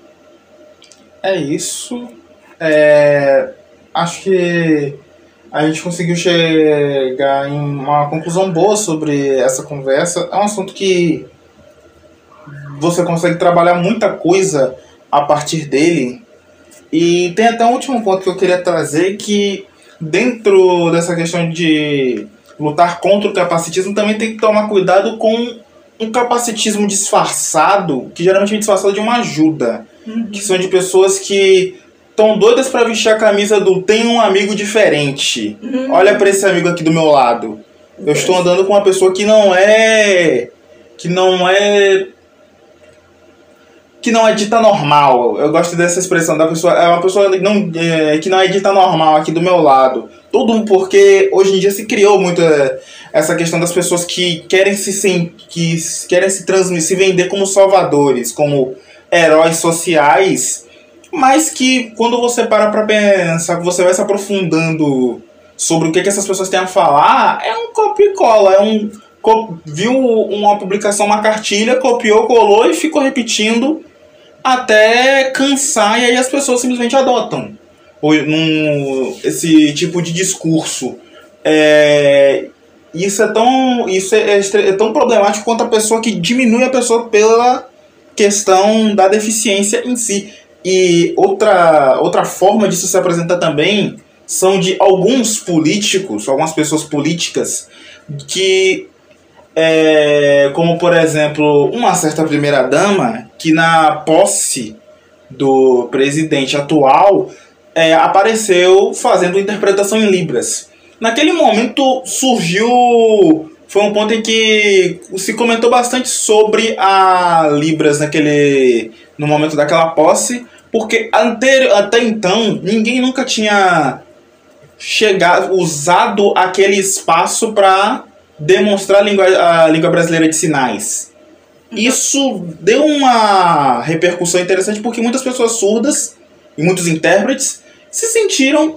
É isso. É, acho que a gente conseguiu chegar em uma conclusão boa sobre essa conversa. É um assunto que você consegue trabalhar muita coisa a partir dele. E tem até um último ponto que eu queria trazer, que dentro dessa questão de lutar contra o capacitismo, também tem que tomar cuidado com um capacitismo disfarçado, que geralmente é disfarçado de uma ajuda. Uhum. Que são de pessoas que estão doidas para vestir a camisa do "tem um amigo diferente". Uhum. Olha para esse amigo aqui do meu lado. Eu estou andando com uma pessoa que não é... que não é... que não é dita normal. Eu gosto dessa expressão da pessoa. É uma pessoa que não é, que não é dita normal aqui do meu lado. Tudo porque hoje em dia se criou muito essa questão das pessoas que querem se, sem, que querem se transmitir, se vender como salvadores, como heróis sociais, mas que quando você para para pensar, que você vai se aprofundando sobre o que, que essas pessoas têm a falar, é um copia e cola, é um... viu uma publicação, uma cartilha, copiou, colou e ficou repetindo até cansar, e aí as pessoas simplesmente adotam num, esse tipo de discurso. É, isso é tão, isso é, é tão problemático quanto a pessoa que diminui a pessoa pela questão da deficiência em si. E outra, outra forma disso se apresentar também são de alguns políticos, algumas pessoas políticas que... É, como, por exemplo, uma certa primeira-dama que na posse do presidente atual é, apareceu fazendo interpretação em Libras. Naquele momento surgiu... Foi um ponto em que se comentou bastante sobre a Libras naquele, no momento daquela posse, porque ante, até então ninguém nunca tinha chegado, usado aquele espaço para demonstrar a língua, a língua brasileira de sinais. Isso deu uma repercussão interessante porque muitas pessoas surdas e muitos intérpretes se sentiram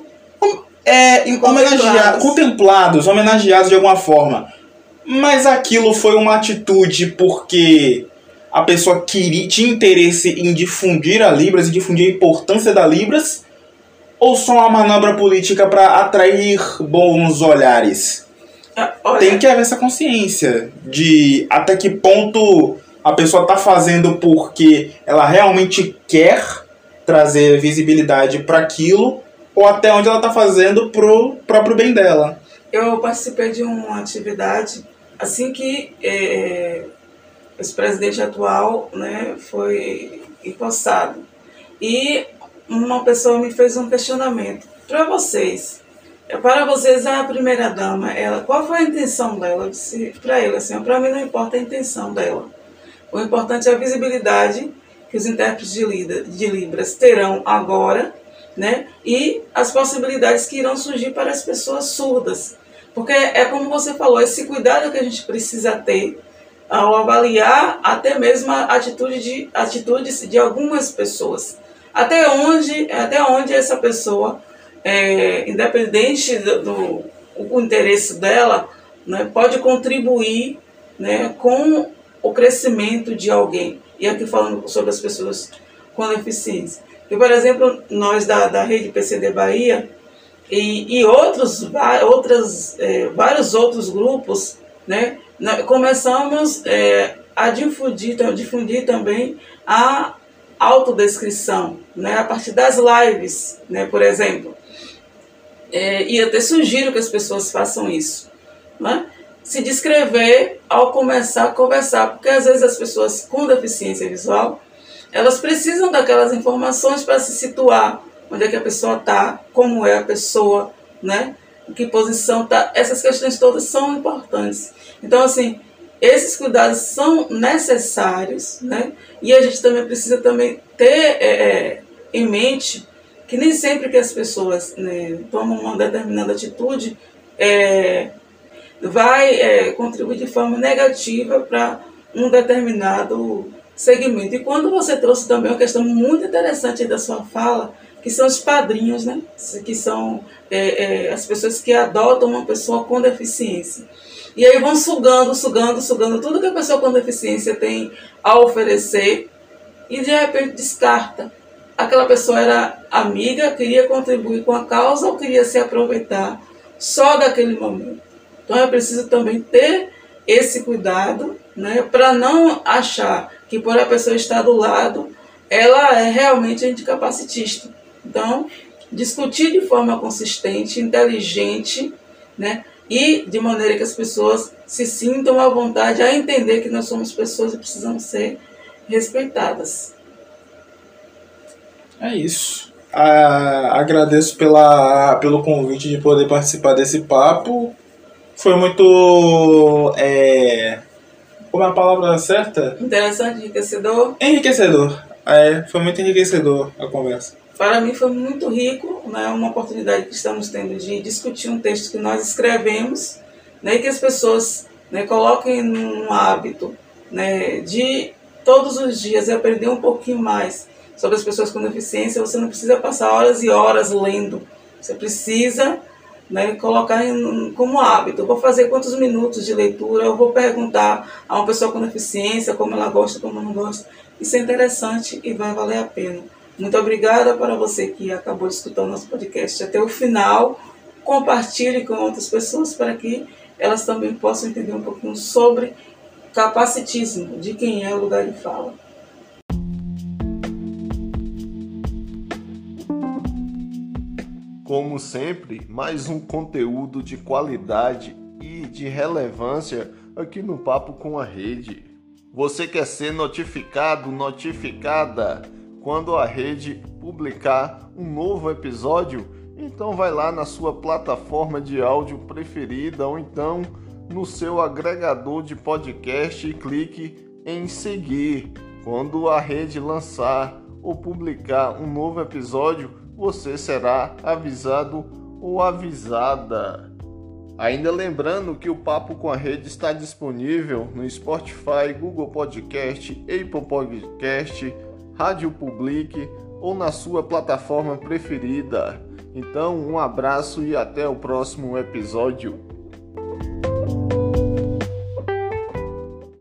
é, homenageados, contemplados, homenageados de alguma forma. Mas aquilo foi uma atitude porque a pessoa queria, tinha interesse em difundir a Libras e difundir a importância da Libras, ou só uma manobra política para atrair bons olhares? Olha, tem que haver essa consciência de até que ponto a pessoa está fazendo porque ela realmente quer trazer visibilidade para aquilo, ou até onde ela está fazendo pro próprio bem dela. Eu participei de uma atividade assim que é, esse presidente atual, né, foi empossado. E uma pessoa me fez um questionamento. Para vocês, Para vocês, a primeira-dama, ela, qual foi a intenção dela? Eu disse para ele assim, para mim não importa a intenção dela. O importante é a visibilidade que os intérpretes de, Libra, de Libras terão agora, né? E as possibilidades que irão surgir para as pessoas surdas. Porque é como você falou, esse cuidado que a gente precisa ter ao avaliar até mesmo a atitude de, atitudes de algumas pessoas. Até onde, até onde essa pessoa... É, independente do, do o interesse dela, né, pode contribuir, né, com o crescimento de alguém. E aqui falando sobre as pessoas com deficiência. E, por exemplo, nós da, da Rede P C D Bahia e, e outros, outras, é, vários outros grupos, né, começamos é, a difundir, difundir também a autodescrição, né, a partir das lives, né, por exemplo. É, e até sugiro que as pessoas façam isso, né? Se descrever ao começar a conversar, porque às vezes as pessoas com deficiência visual, elas precisam daquelas informações para se situar, onde é que a pessoa está, como é a pessoa, né? Em que posição está, essas questões todas são importantes. Então, assim, esses cuidados são necessários, né? E a gente também precisa também ter é, em mente que nem sempre que as pessoas, né, tomam uma determinada atitude é, vai é, contribuir de forma negativa para um determinado segmento. E quando você trouxe também uma questão muito interessante da sua fala, que são os padrinhos, né, que são é, é, as pessoas que adotam uma pessoa com deficiência. E aí vão sugando, sugando, sugando tudo que a pessoa com deficiência tem a oferecer e de repente descarta. Aquela pessoa era amiga, queria contribuir com a causa ou queria se aproveitar só daquele momento. Então é preciso também ter esse cuidado, né, para não achar que por a pessoa estar do lado, ela é realmente anticapacitista. Então, discutir de forma consistente, inteligente, né, e de maneira que as pessoas se sintam à vontade a entender que nós somos pessoas e precisamos ser respeitadas. É isso. Ah, agradeço pela, pelo convite de poder participar desse papo. Foi muito... É, como é a palavra certa? Interessante, enriquecedor. Enriquecedor. É, foi muito enriquecedor a conversa. Para mim foi muito rico, né, uma oportunidade que estamos tendo de discutir um texto que nós escrevemos, né, e que as pessoas, né, coloquem num hábito, né, de todos os dias aprender um pouquinho mais sobre as pessoas com deficiência. Você não precisa passar horas e horas lendo, você precisa né, colocar em, como hábito. Eu vou fazer quantos minutos de leitura, eu vou perguntar a uma pessoa com deficiência como ela gosta, como não gosta. Isso é interessante e vai valer a pena. Muito obrigada para você que acabou de escutar o nosso podcast até o final. Compartilhe com outras pessoas para que elas também possam entender um pouquinho sobre capacitismo, de quem é o lugar de fala. Como sempre, mais um conteúdo de qualidade e de relevância aqui no Papo com a Rede. Você quer ser notificado, notificada quando a rede publicar um novo episódio? Então vai lá na sua plataforma de áudio preferida ou então no seu agregador de podcast e clique em seguir. Quando a rede lançar ou publicar um novo episódio, você será avisado ou avisada. Ainda lembrando que o Papo com a Rede está disponível no Spotify, Google Podcast, Apple Podcast, Rádio Public ou na sua plataforma preferida. Então, um abraço e até o próximo episódio.